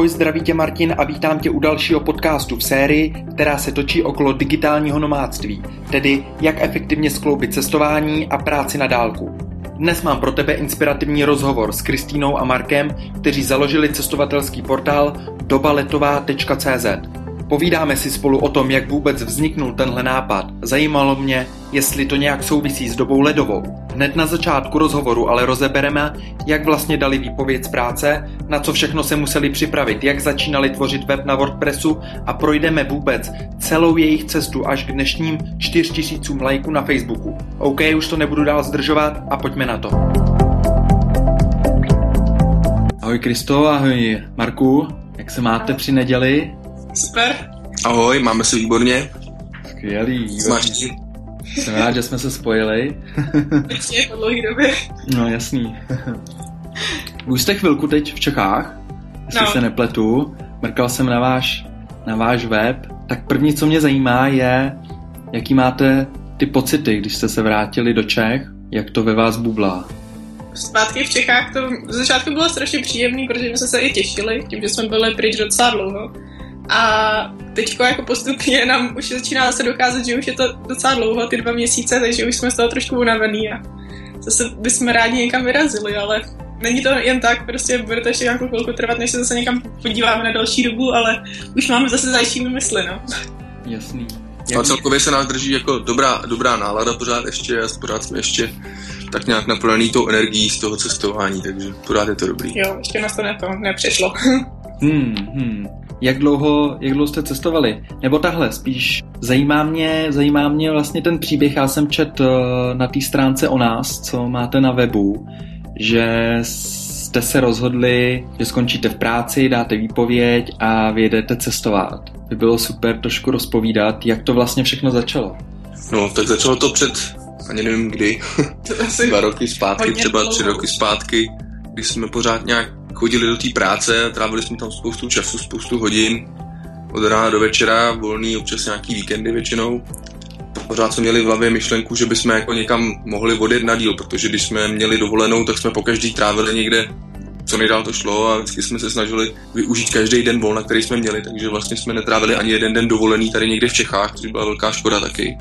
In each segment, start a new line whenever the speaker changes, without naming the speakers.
Ahoj, zdraví tě Martin a vítám tě u dalšího podcastu v sérii, která se točí okolo digitálního nomádství, tedy jak efektivně skloubit cestování a práci na dálku. Dnes mám pro tebe inspirativní rozhovor s Kristýnou a Markem, kteří založili cestovatelský portál dobaletová.cz. Povídáme si spolu o tom, jak vůbec vzniknul tenhle nápad. Zajímalo mě, jestli to nějak souvisí s dobou ledovou. Hned na začátku rozhovoru ale rozebereme, jak vlastně dali výpověď z práce, na co všechno se museli připravit, jak začínali tvořit web na WordPressu a projdeme vůbec celou jejich cestu až k dnešním 4000 lajků na Facebooku. OK, už to nebudu dál zdržovat a pojďme na to. Ahoj Kristo, ahoj Marku, jak se máte při neděli?
Super.
Ahoj, máme se výborně.
Skvělý. Jsem rád, že jsme se spojili.
Ještě po dlouhý době.
No jasný. Už jste chvilku teď v Čechách, jestli se nepletu. Mrkal jsem na váš web. Tak první, co mě zajímá, je, jaký máte ty pocity, když jste se vrátili do Čech, jak to ve vás bublá.
Zpátky v Čechách to v začátku bylo strašně příjemný, protože jsme se i těšili, tím, že jsme byli pryč docela dlouho. A teďko jako postupně nám už začíná se docházet, že už je to docela dlouho, ty 2 měsíce, takže už jsme z toho trošku unavený a zase bychom rádi někam vyrazili, ale není to jen tak, prostě bude to ještě nějakou chvilku trvat, než se zase někam podíváme na další dobu, ale už máme zase zajímavé mysli, no.
Jasný.
A celkově se nás drží jako dobrá nálada pořád jsme ještě tak nějak naplněný tou energií z toho cestování, takže pořád je to dobrý.
Jo, ještě nás to nepřešlo.
Jak dlouho jste cestovali? Nebo tahle, spíš zajímá mě vlastně ten příběh, já jsem četl na té stránce o nás, co máte na webu, že jste se rozhodli, že skončíte v práci, dáte výpověď a vyjedete cestovat. By bylo super trošku rozpovídat, jak to vlastně všechno začalo.
No, tak začalo to před, ani nevím kdy, 2 roky zpátky, třeba 3 roky zpátky, když jsme pořád nějak chodili do té práce, trávili jsme tam spoustu času, spoustu hodin, od rána do večera, volný, občas nějaký víkendy většinou. Pořád jsme měli v hlavě myšlenku, že bychom jako někam mohli odjet na díl, protože když jsme měli dovolenou, tak jsme po každý trávili někde, co nejdál to šlo a vždycky jsme se snažili využít každý den volna, který jsme měli, takže vlastně jsme netrávili ani jeden den dovolený tady někde v Čechách, což byla velká škoda taky.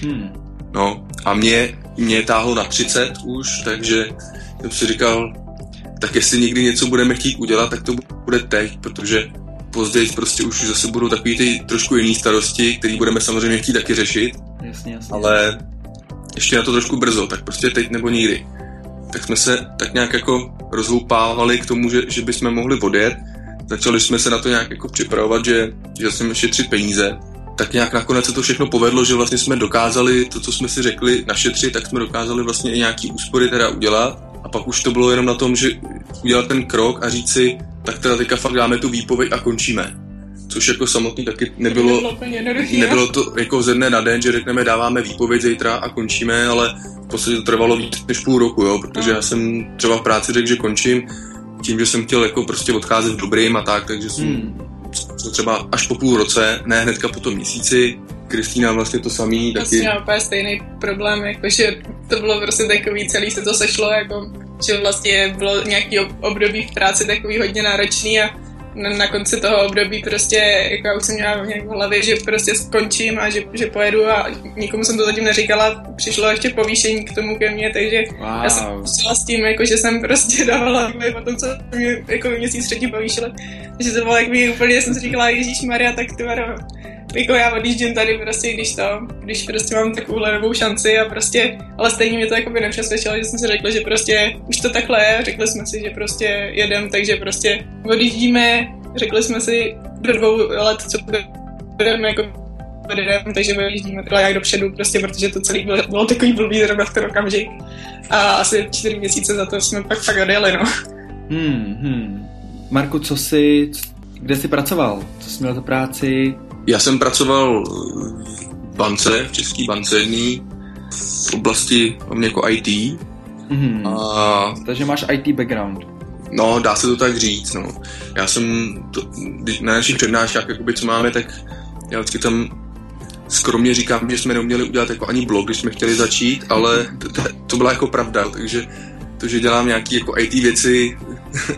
No a mě táhlo na 30 už, takže jsem si říkal, tak jestli někdy něco budeme chtít udělat, tak to bude teď, protože později prostě už zase budou takový ty trošku jiný starosti, který budeme samozřejmě chtít taky řešit,
jasně.
Ale ještě na to trošku brzo, tak prostě teď nebo nikdy. Tak jsme se tak nějak jako rozhoupávali k tomu, že bychom mohli odjet, začali jsme se na to nějak jako připravovat, že jsme šetřit peníze, tak nějak nakonec se to všechno povedlo, že vlastně jsme dokázali to, co jsme si řekli našetřit, tak jsme dokázali vlastně i nějaký úspory teda udělat. A pak už to bylo jenom na tom, že udělat ten krok a říct si, tak teda teďka fakt dáme tu výpověď a končíme. Což jako samotný taky nebylo to jako ze dne na den, že řekneme dáváme výpověď zítra a končíme, ale v podstatě to trvalo víc než půl roku, jo, protože já jsem třeba v práci řekl, že končím, tím, že jsem chtěl jako prostě odcházet v dobrým a tak, takže jsem třeba až po půl roce, ne hnedka po tom měsíci. Kristýna vlastně to samý taky.
Vlastně úplně stejný problém, jakože to bylo prostě takový, celý se to sešlo, jako, že vlastně bylo nějaký období v práci takový hodně náročný a na konci toho období prostě, jako já už jsem měla nějak v hlavě, že prostě skončím a že pojedu a nikomu jsem to zatím neříkala, přišlo ještě povýšení k tomu ke mně, takže já jsem přišla s tím, jako, že jsem prostě dávala vývoj po tom, co mě jako měsíc předtím povýšili, takže to bylo jako úplně, jsem si říkala, Ježíšmarja, tak ty jako já odjíždím tady prostě, když prostě mám takovou novou šanci a prostě, ale stejně mě to jako by nepřesvědčilo, že jsem si řekla, že prostě už to takhle je, řekli jsme si, že prostě jedem, takže prostě odjíždíme, řekli jsme si do 2 let, co budeme jako vedem, takže odjíždíme takhle jak dopředu, prostě protože to celé bylo takový blbý zrovna v ten okamžik a asi 4 měsíce za to jsme pak odjeli, no.
Marku, kde jsi pracoval? Co jsi měl za práci?
Já jsem pracoval v bance, v České bance jedný, v oblasti jako IT.
Takže máš IT background.
No, dá se to tak říct, no. Já jsem na našich přednáškách, jakoby, co máme, tak já vždycky tam skromně říkám, že jsme neuměli udělat jako ani blog, když jsme chtěli začít, ale to byla jako pravda, takže to, že dělám nějaký jako IT věci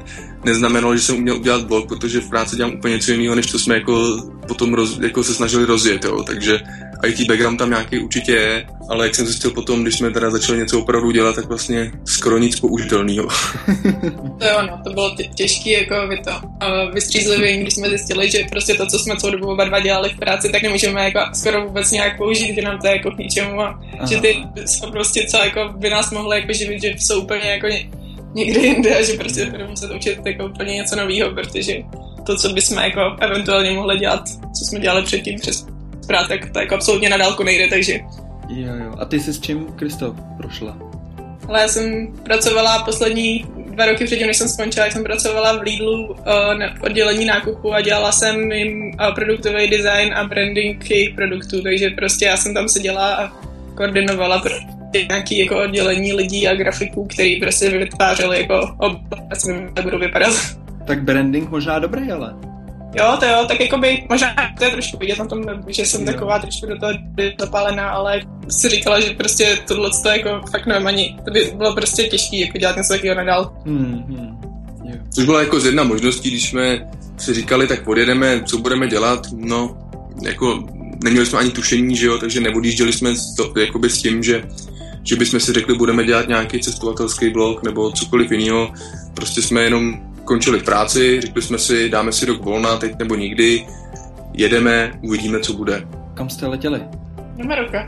neznamenalo, že jsem uměl udělat blog, protože v práci dělám úplně něco jiného, než co jsme jako potom jako se snažili rozjet, jo. Takže IT background tam nějaký určitě je, ale jak jsem zjistil potom, když jsme teda začali něco opravdu dělat, tak vlastně skoro nic použitelného.
To jo, no, to bylo těžké jako vystřízlivění, když jsme zjistili, že prostě to, co jsme celou dobu oba dva dělali v práci, tak nemůžeme jako skoro vůbec nějak použít, že nám to je jako k ničemu a že ty jsou prostě co jako by nás mohly jako živit, že jsou úplně jako někde jinde a že prostě budeme muset učit jako úplně něco nového, protože to, co bychom jako eventuálně mohli dělat, co jsme dělali předtím přes práci, tak to jako absolutně na dálku nejde, takže...
Jo. A ty jsi s čím, Kristof, prošla?
Ale já jsem pracovala poslední 2 roky předtím, než jsem skončila, jsem pracovala v Lidlu v oddělení nákupu a dělala jsem jim produktový design a branding jejich produktů, takže prostě já jsem tam seděla a koordinovala nějaké jako oddělení lidí a grafiků, který prostě vytvářeli jako oblast, jak budou vypadat.
Tak branding možná dobrý, ale...
Jo, tak jako by, možná to je trošku vidět na tom, že jsem taková trošku do toho zapálená, ale si říkala, že prostě tohle to jako fakt nevím ani, to by bylo prostě těžké jako dělat něco takového nadál.
Což byla jako z jedna možností, když jsme si říkali, tak odjedeme, co budeme dělat, no, jako neměli jsme ani tušení, že jo, takže neodjížděli jsme jakoby s tím, že bychom si řekli, budeme dělat nějaký cestovatelský blog nebo cokoliv jiného, prostě jsme jenom končili v práci, řekli jsme si, dáme si rok volna, teď nebo nikdy, jedeme, uvidíme, co bude.
Kam jste letěli?
Do Maroka.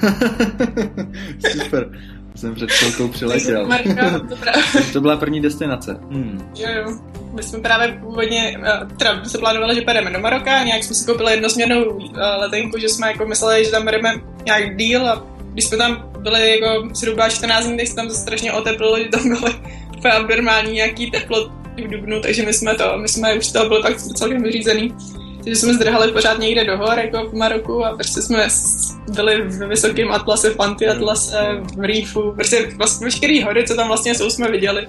Super, jsem před chvilkou přiletěl. To byla první destinace.
Jo. My jsme právě původně, teda se plánovali, že pojedeme do Maroka, nějak jsme si koupili jednosměrnou letenku, že jsme jako mysleli, že tam budeme nějak díl a když jsme tam byli jako zhruba 14 dní, tak se tam to strašně oteplilo, že tam byly úplně abnormální nějaký teploty v dubnu, takže my jsme už toho byli tak celkem vyřízený. Takže jsme zdrhali pořád někde do hor, jako v Maroku a prostě jsme byli ve vysokém atlase, v antiatlase, v Rýfu, prostě vlastně veškerý hory, co tam vlastně jsou, jsme viděli.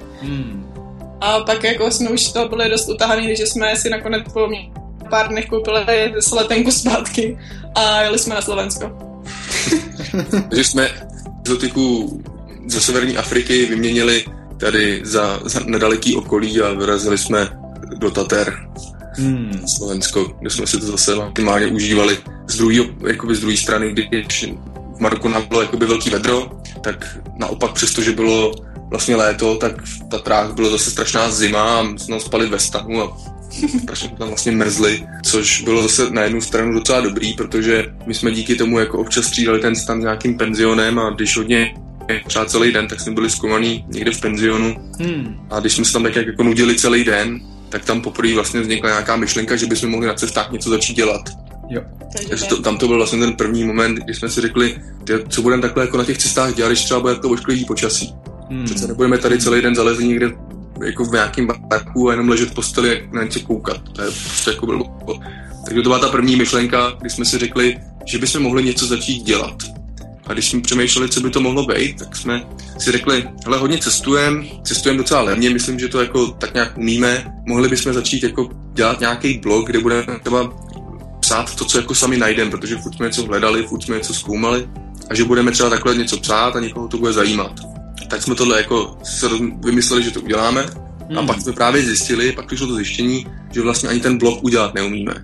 A pak jako jsme už to byli dost utahaný, takže jsme si nakonec po pár dnech koupili letenku zpátky a jeli jsme na Slovensko.
Takže jsme exotiku ze severní Afriky vyměnili tady za nedaleký okolí a vyrazili jsme do Tater. Slovensko, kde jsme si to zase maximálně užívali z druhé strany, když v Maroku nám bylo jakoby velký vedro, tak naopak přesto, že bylo vlastně léto, tak v Tatrách bylo zase strašná zima a jsme spali ve stanu a strašně tam vlastně mrzli, což bylo zase na jednu stranu docela dobrý, protože my jsme díky tomu jako občas střídali ten stan nějakým penzionem a když hodně třeba celý den, tak jsme byli zkoumaný někde v penzionu a když jsme se tam tak jako nudili celý den, tak tam poprvé vlastně vznikla nějaká myšlenka, že bychom mohli na cestách něco začít dělat.
Jo.
Takže tam to byl vlastně ten první moment, kdy jsme si řekli, co budeme takhle jako na těch cestách dělat, když třeba bude to ošklivý počasí. Přece nebudeme tady celý den zalezli někde jako v nějakém barku a jenom ležet v posteli a na něco koukat. To je prostě jako bylo. Takže to byla ta první myšlenka, kdy jsme si řekli, že bychom mohli něco začít dělat. A když jsme přemýšleli, co by to mohlo být, tak jsme si řekli, hele, hodně cestujeme docela levně, myslím, že to jako tak nějak umíme, mohli bychom začít jako dělat nějaký blog, kde budeme třeba psát to, co jako sami najdeme, protože furt jsme něco hledali, furt jsme něco zkoumali a že budeme třeba takhle něco psát a někoho to bude zajímat. Tak jsme tohle jako vymysleli, že to uděláme a pak jsme právě zjistili, pak přišlo to zjištění, že vlastně ani ten blog udělat neumíme.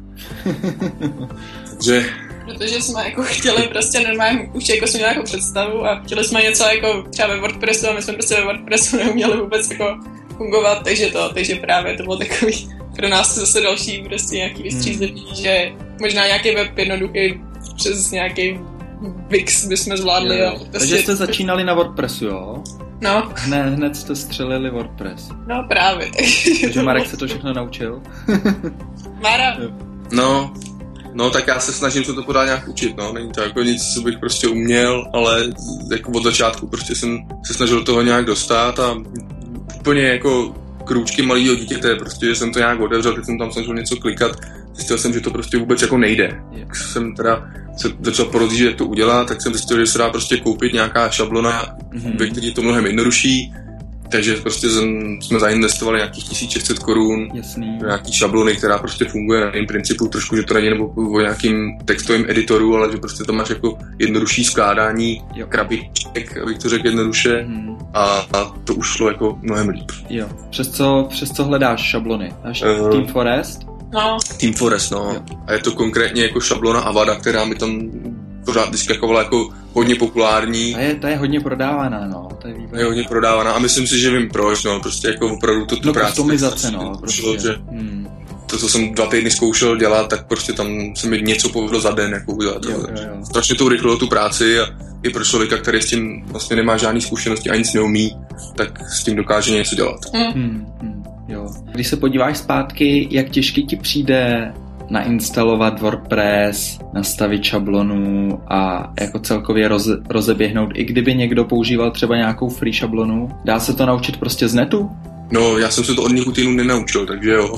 Takže
protože jsme jako chtěli prostě normálně, už jako jsme nějakou představu a chtěli jsme něco jako třeba ve WordPressu a my jsme prostě ve WordPressu neuměli vůbec jako fungovat, takže právě to bylo takový pro nás zase další prostě nějaký vystřízliví, že možná nějaký web jednoduchý přes nějaký Wix bychom zvládli. Jo. Prostě
takže jste začínali na WordPressu, jo?
No.
Hned jste střelili WordPress.
No právě.
Takže Marek se to všechno naučil?
Mara.
No, tak já se snažím se to pořád nějak učit, no. Není to jako nic, co bych prostě uměl, ale jako od začátku prostě jsem se snažil toho nějak dostat a úplně jako krůčky malého dítěte, prostě, že jsem to nějak otevřel, teď jsem tam snažil něco klikat, zjistil jsem, že to prostě vůbec jako nejde. Jak jsem teda se začal porozjíždět, jak to udělat, tak jsem zjistil, že se dá prostě koupit nějaká šablona, ve které je to mnohem jednodušší, Takže prostě jsme zainvestovali nějakých 1600 korun do nějaký šablony, která prostě funguje na jiném principu, trošku, že to není nebo o nějakým textovým editoru, ale že prostě tam máš jako jednodušší skládání krabiček, abych to řekl jednoduše, a to už šlo jako mnohem líp.
Jo. Přes co hledáš šablony? Team Forest?
No.
Team Forest, no. Jo. A je to konkrétně jako šablona Avada, která mi tam pořád vyskakovala jako hodně populární.
Ta je hodně prodávaná, no.
Je hodně prodávaná a myslím si, že vím proč, no. Prostě jako opravdu tu práci.
Customizace, no. Prostě.
Že to, co jsem 2 týdny zkoušel dělat, tak prostě tam se mi něco povedlo za den jako udělat.
Jo.
Strašně to urychlilo tu práci a i pro člověka, který s tím vlastně nemá žádný zkušenosti a nic neumí, tak s tím dokáže něco dělat.
Jo. Když se podíváš zpátky, jak těžký ti přijde nainstalovat WordPress, nastavit šablonu a jako celkově rozeběhnout, i kdyby někdo používal třeba nějakou free šablonu, dá se to naučit prostě z netu?
No, já jsem se to od někud jinou nenaučil, takže jo.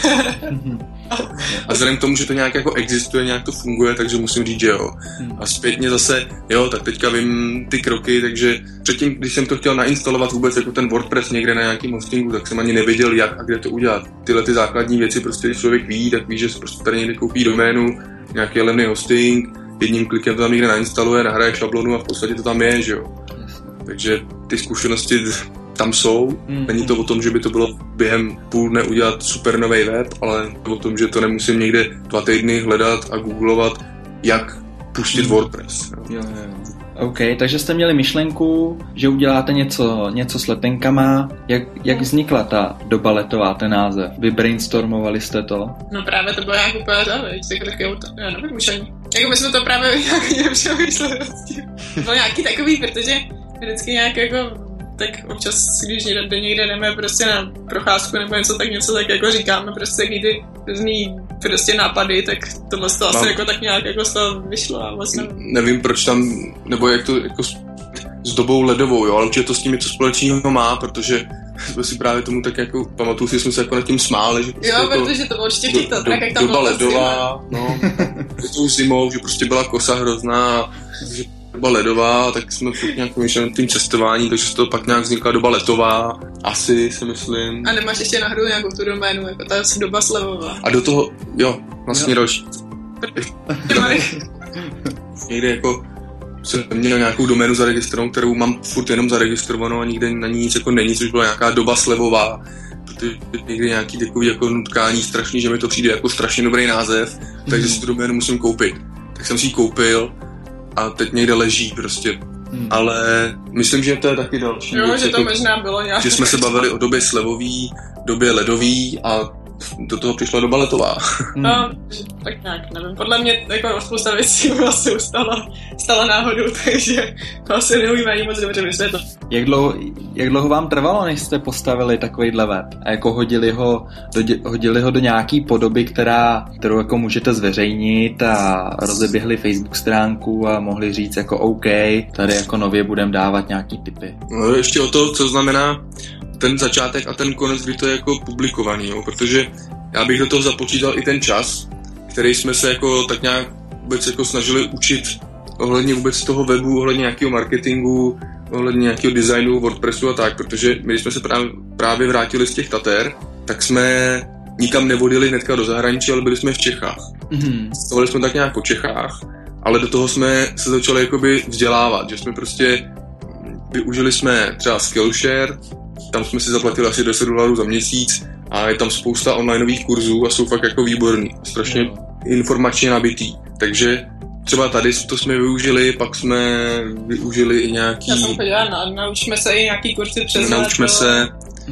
A vzhledem k tomu, že to nějak jako existuje, nějak to funguje, takže musím říct, že jo. A zpětně zase, jo, tak teďka vím ty kroky, takže předtím, když jsem to chtěl nainstalovat vůbec jako ten WordPress někde na nějakým hostingu, tak jsem ani nevěděl, jak a kde to udělat. Tyhle ty základní věci prostě, když člověk ví, tak ví, že se prostě tady někde koupí doménu, nějaký levný hosting, jedním klikem to tam někde nainstaluje, nahraje šablonu a v podstatě to tam je, že jo. Takže ty zkušenosti tam jsou. Není to o tom, že by to bylo během půl dne udělat super nový web, ale o tom, že to nemusím někde 2 týdny hledat a googlovat, jak pustit WordPress.
Jo. OK, takže jste měli myšlenku, že uděláte něco s letenkama. Jak vznikla ta doba letová, ten název? Vy brainstormovali jste to?
No právě to bylo nějak úplně já nevím už ani. Jako my jsme to právě nějak nepřemýšleli. Bylo nějaký takový, protože vždycky nějak jako tak občas, když někde jdeme prostě na procházku nebo něco, tak jako říkáme prostě taky ty různý prostě nápady, tak tohle to asi jako tak nějak jako z toho vyšlo a vlastně...
Nevím proč tam, nebo jak to jako s dobou ledovou, jo, ale určitě to s tím něco společného má, protože jsme si právě tomu tak jako, pamatuju si, jsme se jako nad tím smáli, že prostě
jo, protože to bylo určitě TikTok, tak jak tam
doba ledová, no, tou zimou, že prostě byla kosa hrozná, že doba ledová, tak jsme furt nějak myšleli tím cestování, takže to pak nějak vznikla doba letová, asi si myslím.
A nemáš ještě nahoru nějakou tu doménu, jako ta doba slevová.
A do toho, jo, vlastně další. Někde jako jsem měl nějakou doménu zaregistrovanou, kterou mám furt jenom zaregistrovanou a nikde na ní nic jako není, což byla nějaká doba slevová. Protože někdy nějaký takový jako nutkání strašný, že mi to přijde jako strašně dobrý název, takže si tu doménu musím koupit. Tak jsem si ji koupil a teď někde leží prostě. Ale myslím, že to je taky další.
Jo, že to možná bylo nějak.
Že jsme se bavili o době slevový, době ledový a do toho přišla doba letová.
No, tak nějak, nevím. Podle mě jako spousta věcí vlastně stala náhodou, takže to asi neumíme ani moc dobře vysvětlit.
Jak dlouho vám trvalo, než jste postavili takovýhle web? A jako hodili ho do nějaký podoby, kterou jako můžete zveřejnit a rozeběhli Facebook stránku a mohli říct jako OK, tady jako nově budeme dávat nějaký tipy.
No ještě o to, co znamená ten začátek a ten konec, kdy to je jako publikovaný, jo? Protože já bych do toho započítal i ten čas, který jsme se jako tak nějak vůbec jako snažili učit ohledně vůbec toho webu, ohledně nějakého marketingu, ohledně nějakého designu, WordPressu a tak, protože my, když jsme se právě vrátili z těch Tater, tak jsme nikam nevodili hnedka do zahraničí, ale byli jsme v Čechách. Stavili jsme tak nějak po Čechách, ale do toho jsme se začali jakoby vzdělávat, že jsme prostě využili jsme třeba Skillshare, tam jsme si zaplatili asi $10 za měsíc a je tam spousta onlineových kurzů a jsou fakt jako výborný, strašně informačně nabitý. Takže třeba tady to jsme využili, pak jsme využili i nějaký...
Já jsem podívala, naučíme se i nějaký kurzy přes...
Naučíme se.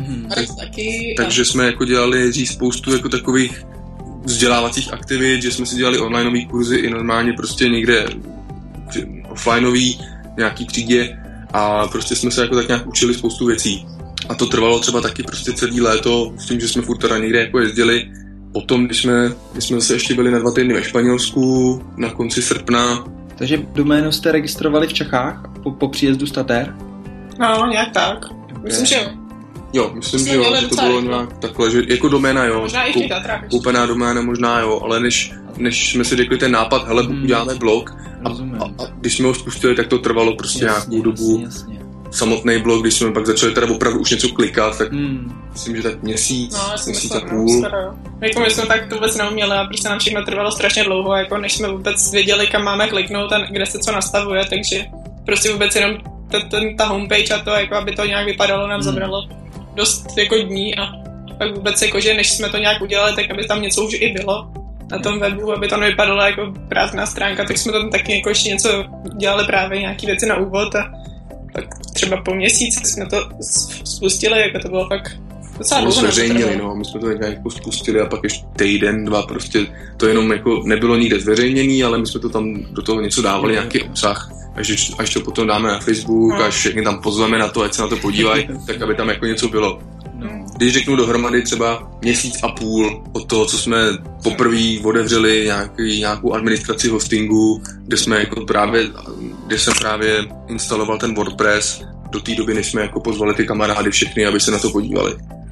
Taky,
takže jsme jako dělali spoustu jako takových vzdělávacích aktivit, že jsme si dělali onlineový kurzy i normálně prostě někde offlineový, nějaký třídě a prostě jsme se jako tak nějak učili spoustu věcí. A to trvalo třeba taky prostě celý léto, s tím, že jsme furt teda někde jako jezdili. Potom, když jsme zase ještě byli na 2 týdny ve Španělsku, na konci srpna.
Takže doménu jste registrovali v Čechách po příjezdu z Tater?
No, nějak tak. Myslím, že jo.
Jo, myslím, že jo, že to bylo nějak takhle, že jako doména jo.
Možná i v těch Tatrách.
Koupená doména možná jo, ale než jsme si řekli ten nápad, hele, uděláme blog a když jsme ho spustili, tak to trvalo prostě nějakou dobu.
Jasně.
samotný blog, když jsme pak začali teda opravdu už něco klikat, tak myslím, že tak měsíc a půl.
Jako my jsme tak to vůbec neuměli a prostě nám všechno trvalo strašně dlouho, jako než jsme vůbec věděli, kam máme kliknout a kde se co nastavuje, takže prostě vůbec jenom ta homepage a to, jako aby to nějak vypadalo, nám zabralo dost jako dní a pak vůbec jako, že než jsme to nějak udělali, tak aby tam něco už i bylo na tom webu, aby to nevypadalo jako prázdná stránka, tak jsme tam taky jako ještě něco dělali právě nějaký věci na úvod a pak třeba po měsíci jsme to spustili, jako to bylo fakt docela dlouho.
Zveřejnili, no, my jsme to nějak jako spustili a pak ještě týden, dva, prostě to jenom jako nebylo nikde zveřejněný, ale my jsme to tam do toho něco dávali, nějaký obsah. Až to potom dáme na Facebook, až všechny tam pozveme na to, ať se na to podívají, tak aby tam jako něco bylo. Když řeknu dohromady třeba měsíc a půl od toho, co jsme poprvé otevřeli nějakou administraci hostingu, kde jsem právě instaloval ten WordPress do té doby, než jsme jako pozvali ty kamarády všechny, aby se na to podívali.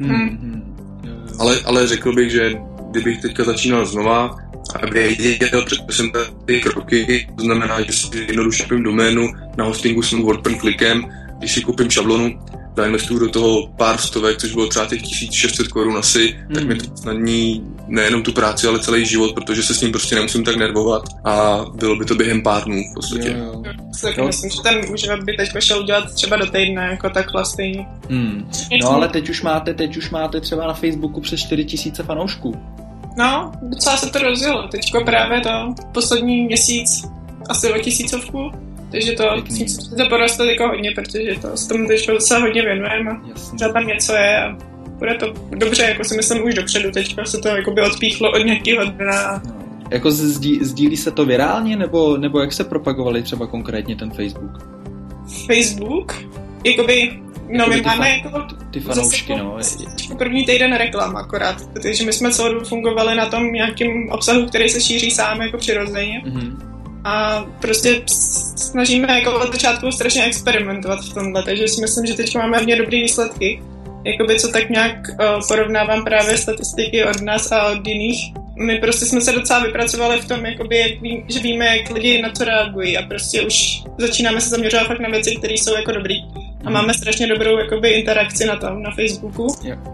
Ale řekl bych, že kdybych teďka začínal znova, aby věděl, jsem ty kroky, to znamená, že si jednoduše koupím doménu, na hostingu jsem WordPress klikem, když si koupím šablonu, zainvestuju do toho pár stovek, což bylo třeba těch 1600 korun asi, tak mi to snadní nejenom tu práci, ale celý život, protože se s ním prostě nemusím tak nervovat a bylo by to během pár dnů v podstatě.
Tak myslím, že ten už by teď šel udělat třeba do týdne, jako takhle stejně.
No ale teď už máte třeba na Facebooku přes 4000 fanoušků.
No, docela se to rozjelo. Teďko právě to poslední měsíc asi 2000. Takže to poroste jako hodně, protože to s tomu teď docela hodně věnujeme a třeba tam něco je a bude to dobře, jako si myslím už dopředu, teďka se to jakoby odpíchlo od nějakého dna.
Jako sdílí se to virálně, nebo jak se propagovali třeba konkrétně ten Facebook?
Facebook? Jakoby, no my máme
ty fanoušky, no.
První týden reklama akorát, protože my jsme celou dobu fungovali na tom nějakým obsahu, který se šíří sám jako přirozeně. A prostě snažíme jako od začátku strašně experimentovat v tomhle, takže si myslím, že teď máme hodně dobrý výsledky. Jakoby co tak nějak porovnávám právě statistiky od nás a od jiných. My prostě jsme se docela vypracovali v tom, jakoby, že víme, jak lidi na to reagují a prostě už začínáme se zaměřovat fakt na věci, které jsou jako dobrý. A máme strašně dobrou jakoby interakci na tom, na Facebooku.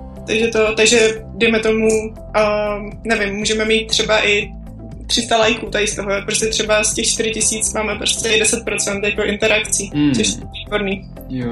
Takže dejme tomu, nevím, můžeme mít třeba i 300 lajků tady z toho, prostě třeba z těch 4000 máme prostě 10% jako interakcí, což je výborný.
Jo.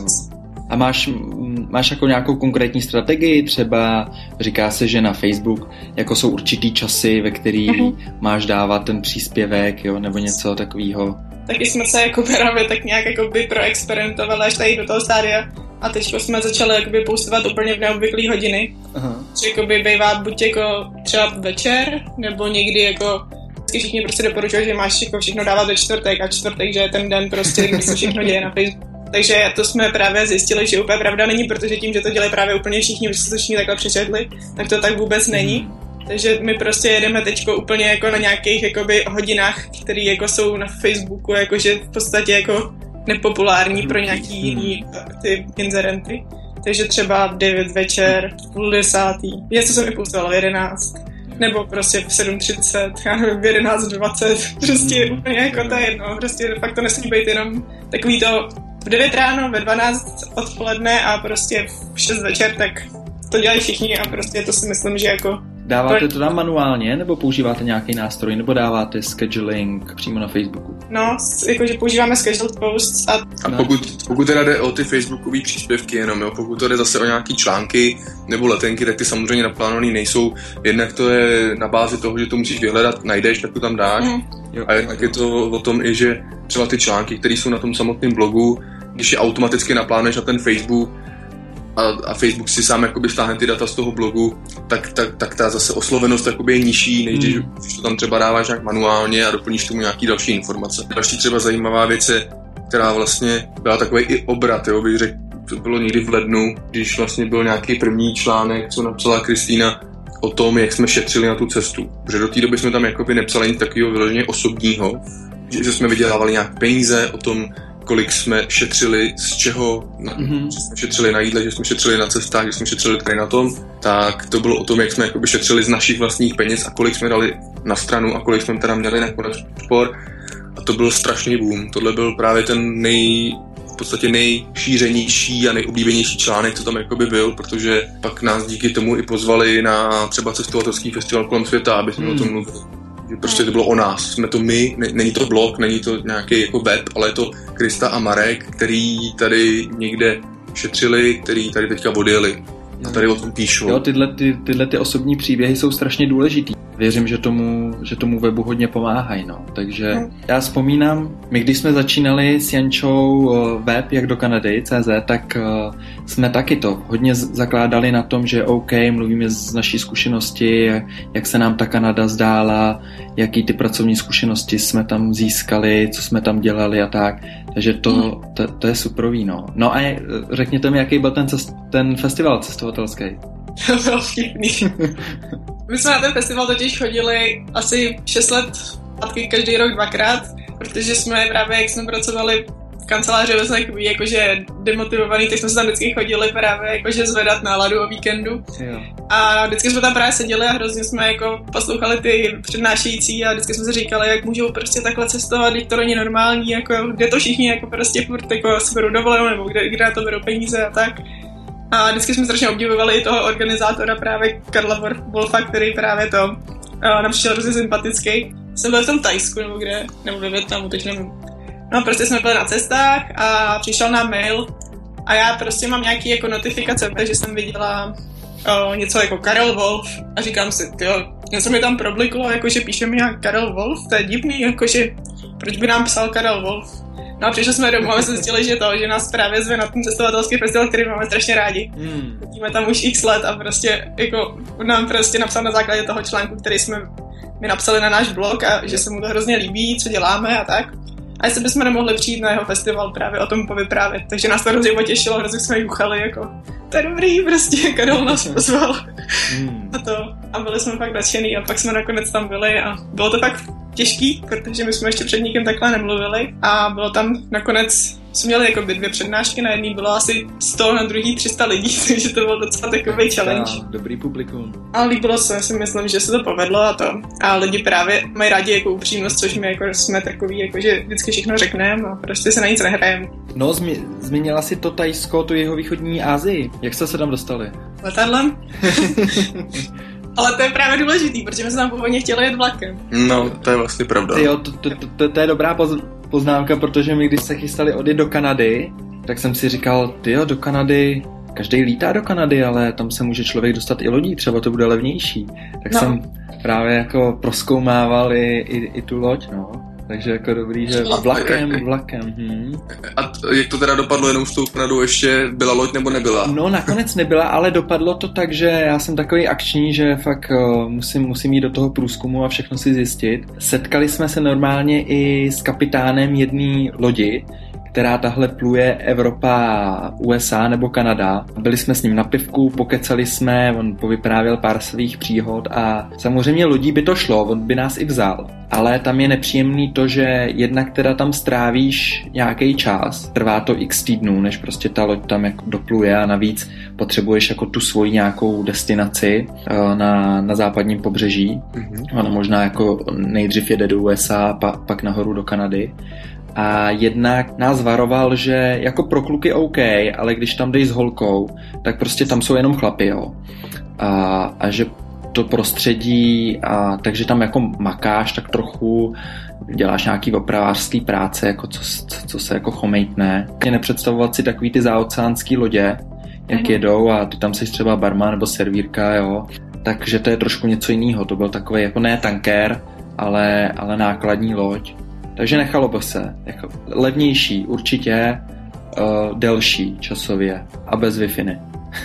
A máš jako nějakou konkrétní strategii? Třeba říká se, že na Facebook jako jsou určitý časy, ve který máš dávat ten příspěvek, jo, nebo něco takového.
Taky jsme se jako právě tak nějak jakoby proexperimentovali až tady do toho stádia a teď jsme začali jakoby postovat úplně v neobvyklý hodiny. Že jakoby bývá buď jako třeba večer, nebo někdy jako všichni prostě doporučují, že máš jako všechno dávat ve čtvrtek a čtvrtek, že je ten den prostě, kdy se všechno děje na Facebooku. Takže to jsme právě zjistili, že úplně pravda není, protože tím, že to dělají právě úplně všichni, protože to všichni takhle přečetli, tak to tak vůbec není. Takže my prostě jedeme teďko úplně jako na nějakých jakoby hodinách, které jako jsou na Facebooku, jakože v podstatě jako nepopulární pro nějaký jiný ty inzerenty. Takže třeba v 9 večer, v 10:30, něco jsem i postovala v 11, nebo prostě v 7:30, já nevím, v 11:20, prostě úplně jako to je jedno, prostě fakt to nesmí být jenom takový to v 9 ráno, ve 12 odpoledne a prostě v 6 večer, tak to dělají všichni a prostě to si myslím, že jako...
Dáváte to tam manuálně, nebo používáte nějaký nástroj, nebo dáváte scheduling přímo na Facebooku?
No, jakože používáme scheduled posts a
pokud teda jde o ty facebookové příspěvky jenom, jo, pokud to jde zase o nějaký články nebo letenky, tak ty samozřejmě naplánovaný nejsou. Jednak to je na bázi toho, že to musíš vyhledat, najdeš, tak to tam dáš. A jednak je to o tom i, že třeba ty články, které jsou na tom samotném blogu, když je automaticky naplánuješ na ten Facebook, a Facebook si sám jakoby stáhne ty data z toho blogu, tak ta zase oslovenost jakoby je nižší, než když to tam třeba dáváš nějak manuálně a doplníš tomu nějaký další informace. Další třeba zajímavá věc je, která vlastně byla takový i obrat, jo, bych řekl, to bylo někdy v lednu, když vlastně byl nějaký první článek, co napsala Kristýna o tom, jak jsme šetřili na tu cestu. Protože do té doby jsme tam jakoby nepsali nic takového vyloženě osobního, že jsme vydělávali nějak peníze o tom, kolik jsme šetřili, z čeho, že jsme šetřili na jídle, že jsme šetřili na cestách, že jsme šetřili tady na tom, tak to bylo o tom, jak jsme jakoby šetřili z našich vlastních peněz a kolik jsme dali na stranu a kolik jsme teda měli nakonec spor. A to byl strašný boom. Tohle byl právě ten v podstatě nejšířenější a nejoblíbenější článek, co tam jakoby byl, protože pak nás díky tomu i pozvali na třeba cestovatelský festival kolem světa, aby jsme o tom mluvili. Že prostě to bylo o nás, jsme to my, není to blog, není to nějaký jako web, ale je to Krista a Marek, který tady někde šetřili, který tady teďka odjeli a tady o tom píšou.
Jo, tyhle osobní příběhy jsou strašně důležitý. Věřím, že tomu webu hodně pomáhají, no. Takže já vzpomínám, my když jsme začínali s Jančou web Jak do Kanady CZ, tak jsme taky to hodně zakládali na tom, že OK, mluvíme z naší zkušenosti, jak se nám ta Kanada zdála, jaký ty pracovní zkušenosti jsme tam získali, co jsme tam dělali a tak. Takže to je superový, no. No a řekněte mi, jaký byl ten festival cestovatelský?
To bylo vtipný. My jsme na ten festival totiž chodili asi 6 let zpátky každý rok 2krát, protože jsme právě, jak jsme pracovali v kanceláři, jsme takový jakože demotivovaný, tak jsme se tam vždycky chodili právě jakože zvedat náladu o víkendu. Jo. A vždycky jsme tam právě seděli a hrozně jsme jako poslouchali ty přednášející a vždycky jsme si říkali, jak můžou prostě takhle cestovat, když to není normální, jako kde to všichni jako prostě furt jako si berou dovolenou nebo kde na to berou peníze a tak. A vždycky jsme strašně obdivovali i toho organizátora právě Karla Wolfa, který právě to nám přišel hrozně sympatický. Jsem byl v tom Thajsku nebo ve Vietnamu, teď nevím. No prostě jsme byli na cestách a přišel nám mail a já prostě mám nějaký jako notifikace, takže jsem viděla něco jako Karel Wolf a říkám si, něco mi tam probliklo, jakože píše mi nějak Karel Wolf, to je divný, jakože proč by nám psal Karel Wolf? No a přišli jsme domů a jsme zjistili, že nás právě zve na ten cestovatelský festival, který máme strašně rádi. Vidíme tam už x let a prostě jako nám prostě napsal na základě toho článku, který jsme mi napsali na náš blog a že se mu to hrozně líbí, co děláme a tak. A jestli bychom nemohli přijít na jeho festival právě o tom povyprávět. Takže nás to hrozně potěšilo, hrozně jsme juchali, jako to je dobrý, prostě Karel nás pozval. A byli jsme fakt nadšený a pak jsme nakonec tam byli a bylo to fakt těžký, protože my jsme ještě před nikým takhle nemluvili a bylo tam nakonec, jsme měli jako 2 přednášky, na jedný bylo asi 100, na druhý 300 lidí, takže to byl docela takový challenge.
Dobrý publikum.
A líbilo se, si myslím, že se to povedlo a lidi právě mají rádi jako upřímnost, což my jako jsme takový, jako že vždycky všechno řekneme a prostě se na nic nehrajeme.
No, zmínila si to Thajsko, tu jihovýchodní Asii. Jak jste se tam dostali?
Letadlem? Ale to je právě důležitý, protože my jsme tam původně chtěli jet vlakem.
No, to je vlastně pravda.
Jo, to je dobrá poznámka, protože my když se chystali odjet do Kanady, tak jsem si říkal, do Kanady, každý lítá do Kanady, ale tam se může člověk dostat i lodí, třeba to bude levnější. Tak jsem právě jako prozkoumával i tu loď, no. Takže jako dobrý, že vlakem.
A jak to teda dopadlo, jenom s tou Kanadou ještě byla loď nebo nebyla?
No nakonec nebyla, ale dopadlo to tak, že já jsem takový akční, že fakt musím jít do toho průzkumu a všechno si zjistit. Setkali jsme se normálně i s kapitánem jedné lodi, která tahle pluje Evropa, USA nebo Kanada. Byli jsme s ním na pivku, pokecali jsme, on povyprávěl pár svých příhod a samozřejmě lodí by to šlo, on by nás i vzal. Ale tam je nepříjemný to, že jednak teda tam strávíš nějaký čas, trvá to x týdnů, než prostě ta loď tam jako dopluje a navíc potřebuješ jako tu svoji nějakou destinaci na západním pobřeží. Ona možná jako nejdřív jede do USA, pak nahoru do Kanady. A jednak nás varoval, že jako pro kluky OK, ale když tam jdeš s holkou, tak prostě tam jsou jenom chlapi, jo. A že to prostředí, takže tam jako makáš tak trochu, děláš nějaký opravářský práce, jako co se jako chomejtne. Nepředstavovat si takový ty záoceánský lodě, jak jedou a ty tam jsi třeba barman nebo servírka, jo. Takže to je trošku něco jiného. To byl takový jako ne tankér, ale nákladní loď. Takže nechalo by se. Jako levnější určitě, delší časově a bez Wi-Fi.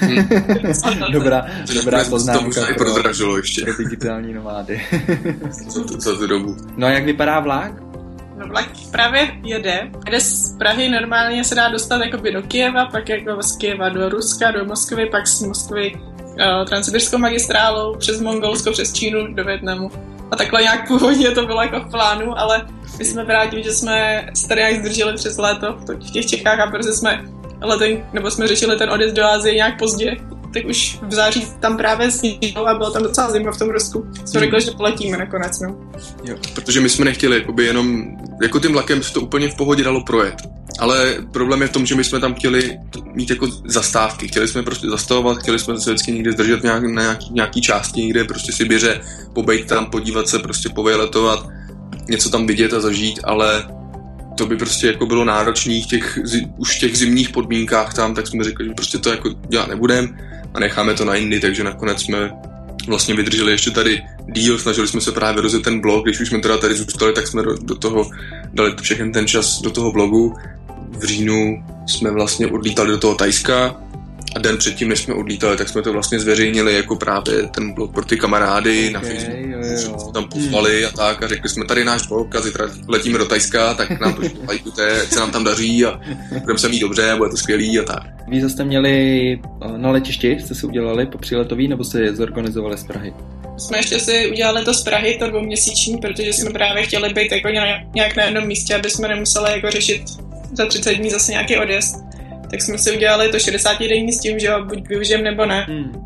dobrá poznámka
pro
digitální nomády.
za tu dobu.
No a jak vypadá vlak?
No vlak právě jede z Prahy, normálně se dá dostat jakoby do Kyjeva, pak jako z Kyjeva do Ruska, do Moskvy, pak z Moskvy transsibirskou magistrálou, přes Mongolsko, přes Čínu do Vietnamu. A takhle nějak původně to bylo jako v plánu, ale my jsme vrátili, že jsme se tady nějak zdrželi přes léto v těch Čechách a protože jsme řešili ten odjezd do Asie nějak pozdě, tak už v září tam právě snížilo a bylo tam docela zima v tom Rusku. Jsme řekli, že poletíme nakonec, no.
Jo, protože my jsme nechtěli, jenom, jako tím vlakem se to úplně v pohodě dalo projet. Ale problém je v tom, že my jsme tam chtěli mít jako zastávky. Chtěli jsme prostě zastavovat, chtěli jsme se vždycky někde zdržet na nějaký části, někde prostě si běře, pobejt tam, podívat se, prostě povejletovat, něco tam vidět a zažít, ale to by prostě jako bylo náročný už v těch zimních podmínkách tam, tak jsme řekli, že prostě to jako dělat nebudem a necháme to na jindy, takže nakonec jsme vlastně vydrželi ještě tady díl, snažili jsme se právě rozjet ten blog, když už jsme teda tady zůstali, tak jsme do toho dali všechen ten čas do toho blogu. V říjnu jsme vlastně odlítali do toho Thajska a den předtím, než jsme odlítali, tak jsme to vlastně zveřejnili jako právě ten blog pro ty kamarády na Facebooku. Jsme tam poslali a tak a řekli jsme tady náš blog a zítra letíme do Thajska, tak nám to lajkujte, ať se nám tam daří a budeme se mít dobře a bude to skvělý a tak.
Vy jste měli na letišti, jste si udělali po příletový nebo jste je zorganizovali z Prahy?
Jsme ještě si udělali to z Prahy, to 2měsíční, protože jsme právě chtěli být jako nějak na jednom místě, aby jsme nemuseli jako řešit za 30 dní zase nějaký odjezd. Tak jsme si udělali to 60denní s tím, že ho buď využijem nebo ne.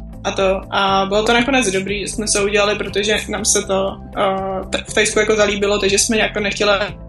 A bylo to nakonec dobrý, že jsme se udělali, protože nám se to v Thajsku jako zalíbilo, takže jsme jako nechtěli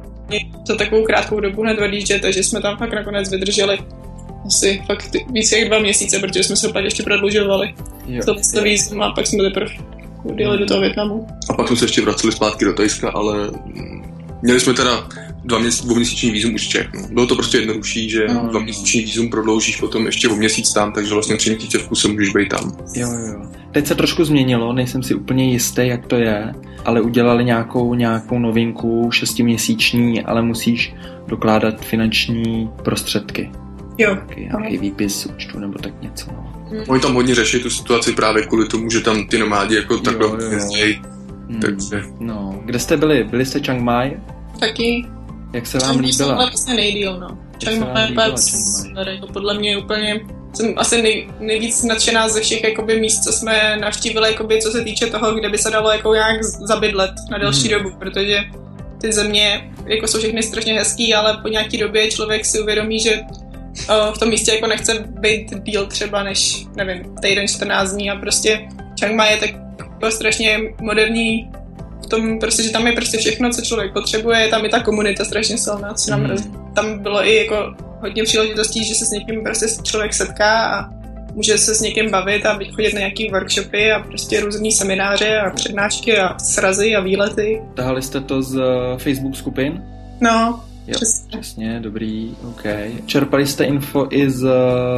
za takovou krátkou dobu hned odjíždět, takže jsme tam fakt nakonec vydrželi asi fakt více jak 2 měsíce, protože jsme se pak ještě prodlužovali. To vízum a pak jsme teprve odjeli do toho Vietnamu.
A pak jsme se ještě vraceli zpátky do Thajska, ale měli jsme teda 2měsíční vízum už Čech. No. Bylo to prostě jednodušší, že 2měsíční vízum prodloužíš potom ještě o měsíc tam, takže vlastně 3 měsíce v kuse můžeš být tam.
Jo. Teď se trošku změnilo, nejsem si úplně jistý, jak to je, ale udělali nějakou novinku 6měsíční, ale musíš dokládat finanční prostředky.
Jo.
Nějaký výpis účtu nebo tak něco. No.
Oni tam hodně řeší tu situaci právě kvůli tomu, že tam ty nomádi jako tak jezdí. Takže.
No, kde jste byli? Byli jste Chiang Mai?
Taky.
Jak se vám líbila?
To vlastně nejdýl, no. Chiang Mai jako podle mě úplně, jsem asi nejvíc nadšená ze všech jakoby míst, co jsme navštívili, jakoby, co se týče toho, kde by se dalo jako nějak zabydlet na delší dobu, protože ty země jako jsou všechny strašně hezký, ale po nějaký době člověk si uvědomí, že v tom místě jako nechce být díl třeba než, nevím, týden, 14 dní a prostě Chiang Mai je tak strašně moderní v tom prostě, že tam je prostě všechno, co člověk potřebuje, je tam i ta komunita strašně silná, co nám tam bylo i jako hodně příležitostí, že se s někým prostě člověk setká a může se s někým bavit a chodit na nějaký workshopy a prostě různý semináře a přednášky a srazy a výlety.
Tahali jste to z Facebook skupin?
No,
jo, přesně, dobrý, OK. Čerpali jste info i z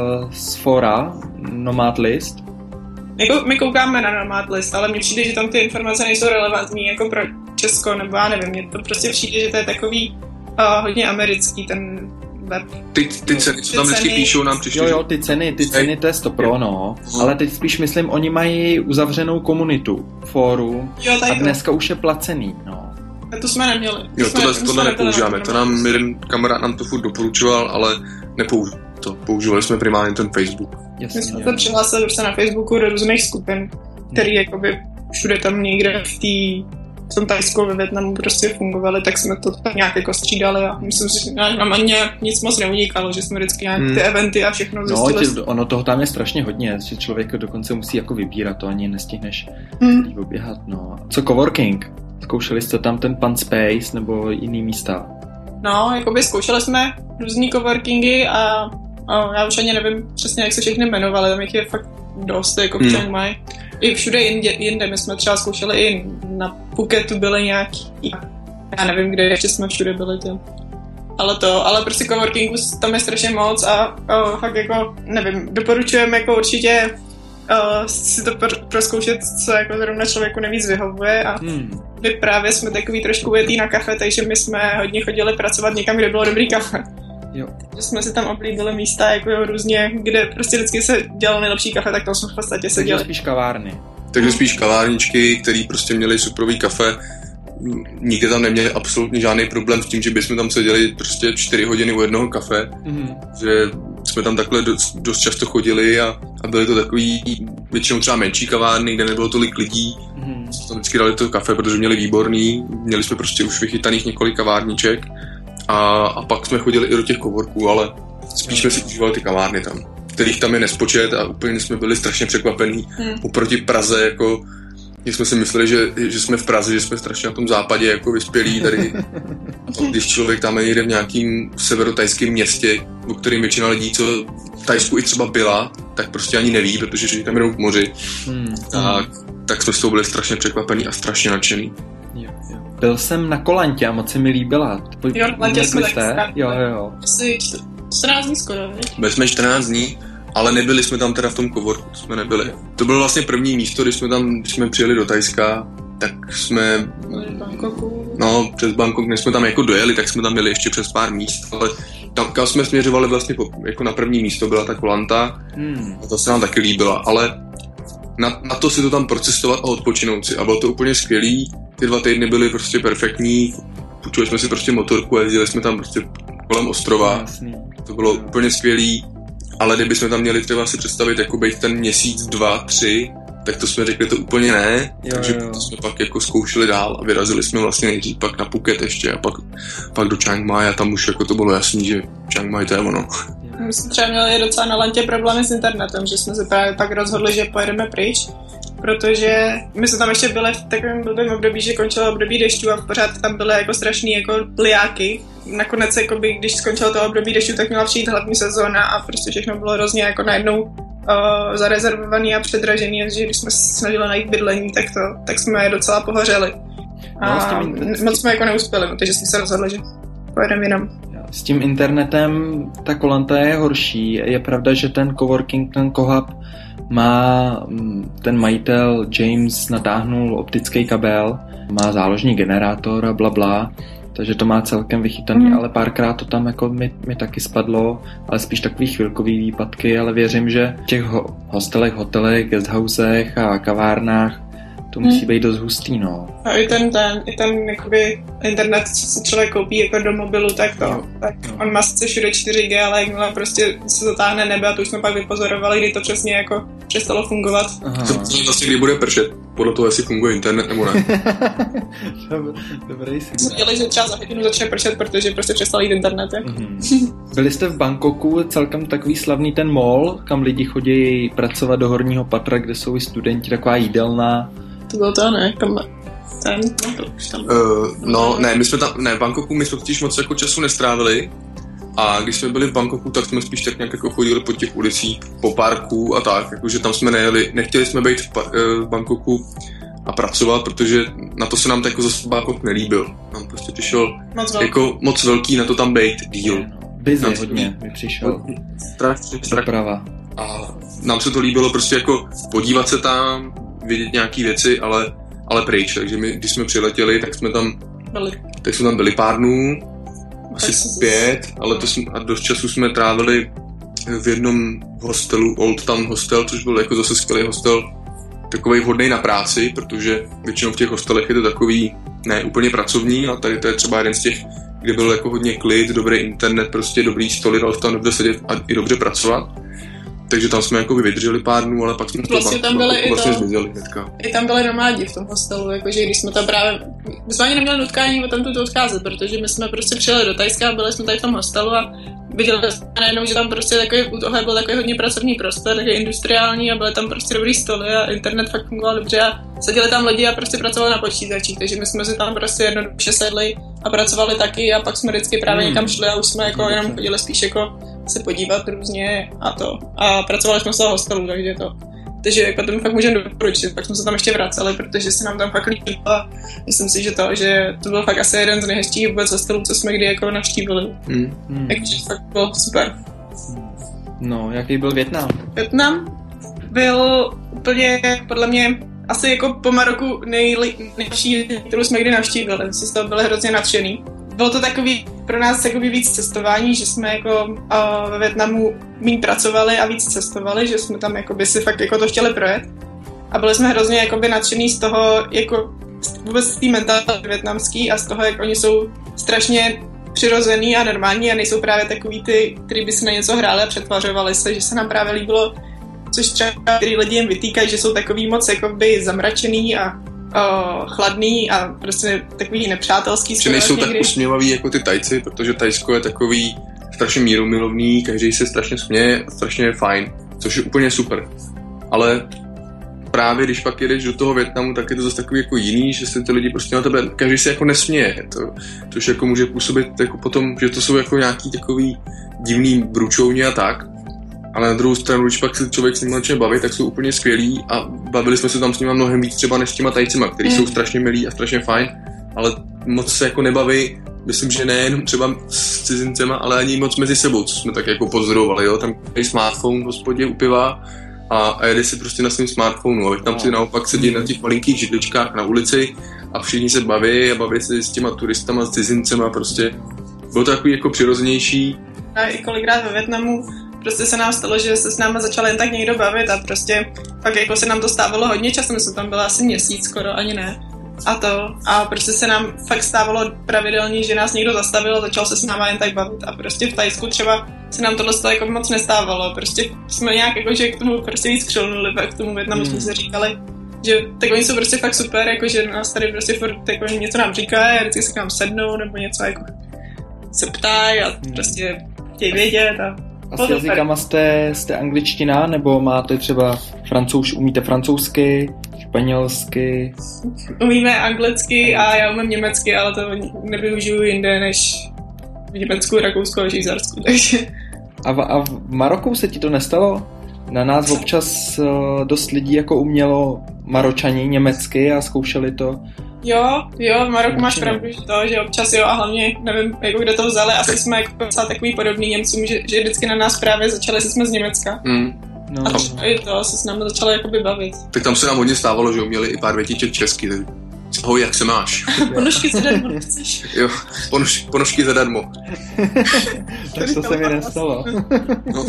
fora Nomad List?
My koukáme na Nomad List, ale mně přijde, že tam ty informace nejsou relevantní jako pro Česko, nebo já nevím, mně to prostě přijde, že to je takový hodně americký ten web.
Ty ceny, co tam vždycky píšou, nám přišly.
Jo, ty ceny, to je 100%, no. Ale teď spíš myslím, oni mají uzavřenou komunitu, fórum, a dneska už je placený, no.
A to jsme neměli.
Jo, tohle nepoužíváme, to nám jeden kamarád nám to furt doporučoval, ale používali jsme primárně ten Facebook.
Jasně, my jsme se přihlásili prostě na Facebooku do různých skupin, který jakoby všude tam někde v tom Thajsku ve Vietnamu prostě fungovaly, tak jsme to tak nějak jako střídali a myslím si, že nám ani nic moc neunikalo, že jsme vždycky nějak ty eventy a všechno zjistili.
No, ono toho tam je strašně hodně, že člověk dokonce musí jako vybírat, to ani nestihneš oběhat, no. Co coworking? Zkoušeli jste tam ten Pan Space nebo jiný místa?
No, jakoby zkoušeli jsme různý coworkingy a já už ani nevím přesně, jak se všechny jmenovaly, tam jich je fakt dost, jako v Chiang Mai. I všude jinde, my jsme třeba zkoušeli i na Phuketu byly nějaký, já nevím, kde ještě jsme všude byli tím. Ale prostě coworkingu tam je strašně moc a fakt jako, nevím, doporučujeme jako určitě si to prozkoušet, co jako zrovna člověku nejvíc vyhovuje a my právě jsme takový trošku ujetý na kafe, takže my jsme hodně chodili pracovat někam, kde bylo dobrý kafe.
Jo.
Že jsme si tam oblíbili místa jako různě, kde prostě vždycky se dělalo nejlepší kafe, tak tam jsme v podstatě seděli.
Takže spíš kavárny.
Takže spíš kavárničky, které prostě měly superový kafe. Nikdy tam neměli absolutně žádný problém s tím, že bychom tam seděli prostě 4 hodiny u jednoho kafe. Že jsme tam takhle dost často chodili a byly to takový většinou třeba menší kavárny, kde nebylo tolik lidí. Jsme tam vždycky dali to kafe, protože měli výborný. Měli jsme prostě už vychytaných několik kavárniček. A pak jsme chodili i do těch coworků, ale spíš jsme si užívali ty kavárny tam, kterých tam je nespočet a úplně jsme byli strašně překvapení oproti Praze, jako My jsme si mysleli, že jsme v Praze, že jsme strašně na tom západě jako vyspělí tady. Když člověk tam je někde v nějakým severotajském městě, o kterým většina lidí, co v Tajsku i třeba byla, tak prostě ani neví, protože žijí tam jenom v moři. Tak jsme s toho byli strašně překvapení a strašně nadšený.
Byl jsem na Kolantě a moc se mi líbila.
Jo, na Kolantě jsme taky
Jo.
Asi 14 dní skoro, viď?
Byli jsme 14 dní, ale nebyli jsme tam teda v tom coworku, jsme nebyli. To bylo vlastně první místo, když jsme přijeli do Tajska, tak jsme...
V Bangkoku.
No, přes Bangkok, než jsme tam jako dojeli, tak jsme tam měli ještě přes pár míst, ale tam, kam jsme směřovali vlastně jako na první místo, byla ta Kolanta a to se nám taky líbila, ale na to si to tam procestovat a odpočinout si a bylo to úplně skvělý, ty 2 týdny byly prostě perfektní, půjčili jsme si prostě motorku a jezdili jsme tam prostě kolem ostrova, to bylo úplně skvělý, ale kdybychom tam měli třeba si představit jako být ten měsíc, 2, 3, tak to jsme řekli to úplně ne, takže to jsme pak jako zkoušeli dál a vyrazili jsme vlastně nejdřív pak na Phuket ještě a pak do Chiang Mai a tam už jako to bylo jasný, že Chiang Mai to je ono.
My jsme třeba měli docela na Lantě problémy s internetem, že jsme se právě pak rozhodli, že pojedeme pryč, protože my jsme tam ještě byli v takovém blbém období, že končilo období dešťů a pořád tam byly jako strašný jako pliáky. Nakonec, jakoby, když skončilo to období dešťů, tak měla přijít hlavní sezóna a prostě všechno bylo hrozně jako najednou zarezervovaný a předražený, takže když jsme se snažili najít bydlení, tak jsme docela pohořeli. A moc jsme jako neuspěli, takže jsme se rozhodli, že pojedeme jinam.
S tím internetem ta Kolanta je horší. Je pravda, že ten coworking, ten cohub má ten majitel James natáhnul optický kabel, má záložní generátor a blabla, takže to má celkem vychytaný, ale párkrát to tam jako mi taky spadlo, ale spíš takový chvilkový výpadky, ale věřím, že v těch hostelech, guesthousech a kavárnách to musí být dost hustý, no.
A i ten jakoby internet, co si člověk koupí jako do mobilu, tak on má sice všude 4G, ale jakmile prostě se zatáhne nebe a to už jsme pak vypozorovali, kdy to přesně jako přestalo fungovat.
To vlastně kdy bude pršet, podle toho, jestli funguje internet nebo ne.
Dobrý
jsme viděli, že třeba za hodinu začne pršet, protože prostě přestal jít internet.
Byli jste v Bangkoku, celkem takový slavný ten mall, kam lidi chodí pracovat do horního patra, kde jsou i studenti, taková jídelna.
To bylo to, ne?
V Bangkoku my jsme totiž moc jako času nestrávili a když jsme byli v Bangkoku, tak jsme spíš tak nějak jako chodili po těch ulicích, po parku a tak, jakože tam jsme nejeli, nechtěli jsme být v Bangkoku a pracovat, protože na to se nám tak jako zase Bangkok nelíbil. Nám prostě přišel jako moc velký na to tam být díl.
Busy hodně mi přišel. Doprava.
A nám se to líbilo prostě jako podívat se tam, vidět nějaký věci, ale pryč. Takže my, když jsme přiletěli, tak jsme tam byli pár dnů, asi 5, ale a dost času jsme trávili v jednom hostelu, Old Town Hostel, což byl jako zase skvělý hostel, takovej vhodný na práci, protože většinou v těch hostelech je to takový ne úplně pracovní, a tady to je třeba jeden z těch, kde byl jako hodně klid, dobrý internet, prostě dobrý stoly, dal tam dobře sedět a i dobře pracovat. Takže tam jsme jako vydrželi pár dnů, ale pak jsme
vlastně tam byli
vlastně zmizeli hnedka.
I tam byli nomádi v tom hostelu, jakože když jsme tam právě... My jsme ani neměli nutkání o tamto odcházet, protože my jsme prostě přijeli do Tajska a byli jsme tady v tom hostelu a viděli jsme najednou, že tam prostě takový, u tohle byl takový hodně pracovní prostor, takový industriální a byly tam prostě dobrý stoly a internet fakt fungoval dobře a seděli tam lidi a prostě pracovali na počítačích, takže my jsme si tam prostě jednoduše sedli a pracovali taky a pak jsme vždycky právě někam šli a už jsme jako jenom chodili spíš jako se podívat různě a pracovali jsme z toho hostelu, takže jako to fakt můžeme doporučit, pak jsme se tam ještě vraceli, protože se nám tam fakt líbilo a myslím si, že to byl fakt asi jeden z nejhezčích vůbec hostelů, co jsme kdy jako navštívili. Takže fakt bylo super.
No, jaký byl Vietnam?
Vietnam byl úplně, podle mě, asi jako po Maroku nejlepší, kterou jsme kdy navštívili. Jsme z toho byli hrozně nadšený. Bylo to takový pro nás takový víc cestování, že jsme jako ve Vietnamu méně pracovali a víc cestovali, že jsme tam jakoby si fakt jako to chtěli projet. A byli jsme hrozně jakoby nadšený z toho, jako vůbec z té mentality vietnamský a z toho, jak oni jsou strašně přirozený a normální a nejsou právě takový ty, který by si na něco hráli a přetvařovali se, že se nám právě líbilo, což třeba který lidi jim vytýkají, že jsou takový moc jakoby zamračený a chladný a prostě takový nepřátelský.
Že nejsou tak usměvaví jako ty Tajci, protože Tajsko je takový strašně mírumilovný, každý se strašně směje a strašně je fajn, což je úplně super. Ale právě když pak jedeš do toho Vietnamu, tak je to zase takový jako jiný, že se ty lidi prostě na tebe, každý se jako nesměje, což jako může působit jako potom, že to jsou jako nějaký takový divný bručovně a tak, ale na druhou stranu, když pak se člověk s nimi začne bavit, tak jsou úplně skvělí a bavili jsme se tam s nimi mnohem víc třeba než s těma Tajcima, kteří jsou strašně milí a strašně fajn, ale moc se jako nebaví, myslím, že nejen třeba s cizincema, ale ani moc mezi sebou, co jsme tak jako pozorovali, jo, tam je smartphone v hospodě u piva a jede si prostě na svém smartphonu a tam si naopak sedí na těch malinkých židličkách na ulici a všichni se baví a baví se s těma turistama, s cizincema, prostě bylo to takový jako přirozenější.
A i kolikrát ve Vietnamu prostě se nám stalo, že se s námi začal jen tak někdo bavit a prostě pak jako se nám to stávalo hodně často, my jsme tam byla asi měsíc skoro, ani ne. A prostě se nám fakt stávalo pravidelně, že nás někdo zastavil a začal se s náma jen tak bavit a prostě v Thajsku třeba se nám tohle jako moc nestávalo, prostě jsme nějak jako, že k tomu prostě víc přilnuli, k tomu Vietnamu jsme si říkali, že tak oni jsou prostě fakt super, jako že nás tady prostě furt jako něco nám říkají a vždycky se k nám sednou nebo něco jako se ptají a prostě chtějí vědět
a s jazykama jste angličtina, nebo máte třeba umíte francouzsky, španělsky?
Umíme anglicky a já umím německy, ale to nevyužiju jinde než v Německu, Rakousku a Švýcarsku, takže...
A v Maroku se ti to nestalo? Na nás občas dost lidí jako umělo Maročani německy a zkoušeli to.
Jo, v Maroku máš pravdu, že občas jo a hlavně nevím, jako kde to vzali, asi jsme jako takový podobný Němcům, že vždycky na nás právě začali, že jsme z Německa. A i to se s námi začalo jakoby bavit.
Tak tam se nám hodně stávalo, že uměli i pár větíček česky, tak ahoj, jak se máš?
Ponožky zadarmo, chceš?
Jo, ponožky zadarmo.
Tak to se mi nestalo.
No.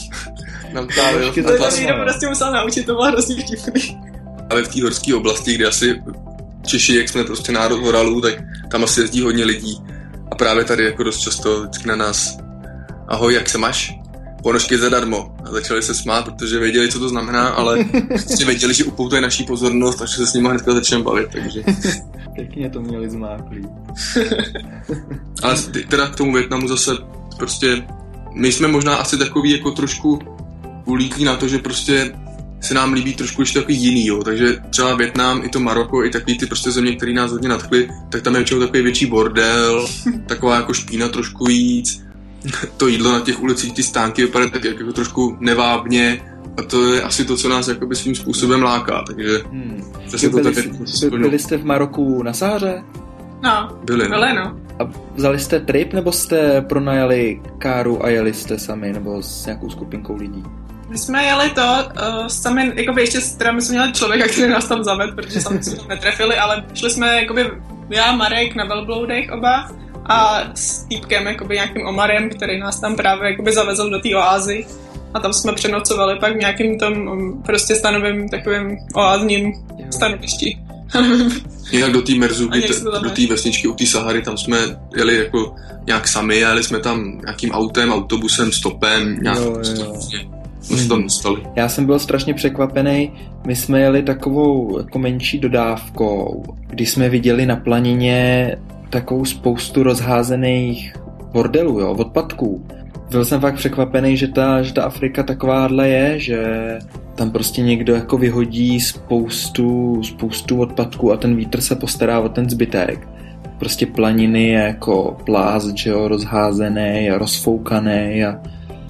To někdo prostě musel naučit, to bylo hrozně vtipný.
Ale v té horské oblasti, kde asi Češi, jak jsme prostě národ horalů, tak tam asi jezdí hodně lidí. A právě tady jako dost často vždycky na nás ahoj, jak se máš? Ponožky zadarmo. A začali se smát, protože věděli, co to znamená, ale prostě věděli, že upoutají naší pozornost a že se s nimi hnedka začneme bavit, takže...
Pěkně to měli zmáklý.
Ale teda k tomu Vietnamu zase prostě... My jsme možná asi takový jako trošku ulítlí na to, že prostě se nám líbí trošku ještě takový jiný, jo. Takže třeba Vietnam, i to Maroko, i takový ty prostě země, které nás hodně nadchly, tak tam je většinou takový větší bordel, taková jako špína trošku víc. To jídlo na těch ulicích, ty stánky vypadají tak jako trošku nevábně a to je asi to, co nás jakoby svým způsobem láká, takže přesně to tak
byli jste v Maroku na Sáře?
No, byli no.
A vzali jste trip, nebo jste pronajali káru a jeli jste sami, nebo s nějakou skupinkou lidí?
My jsme jeli to sami, jakoby ještě teda my jsme měli člověka, který nás tam zavedl, protože sami jsme tam netrefili, ale šli jsme jakoby já, Marek na velbloudech oba a s týpkem, jakoby nějakým Omarem, který nás tam právě jakoby zavezl do té oázy a tam jsme přenocovali pak v nějakým tom prostě stanovým takovým oázním stanovišti.
Jinak do té Merzugy, do té vesničky u té Sahary, tam jsme jeli jako nějak sami, jeli jsme tam nějakým autem, autobusem, stopem, nějak jsme tam dostali.
Já jsem byl strašně překvapený, my jsme jeli takovou jako menší dodávkou, když jsme viděli na planině takovou spoustu rozházených bordelů, jo, odpadků. Byl jsem fakt překvapený, že ta Afrika takováhle je, že tam prostě někdo jako vyhodí spoustu odpadků a ten vítr se postará o ten zbytek. Prostě planiny je jako plást, že jo, rozházený a rozfoukaný a...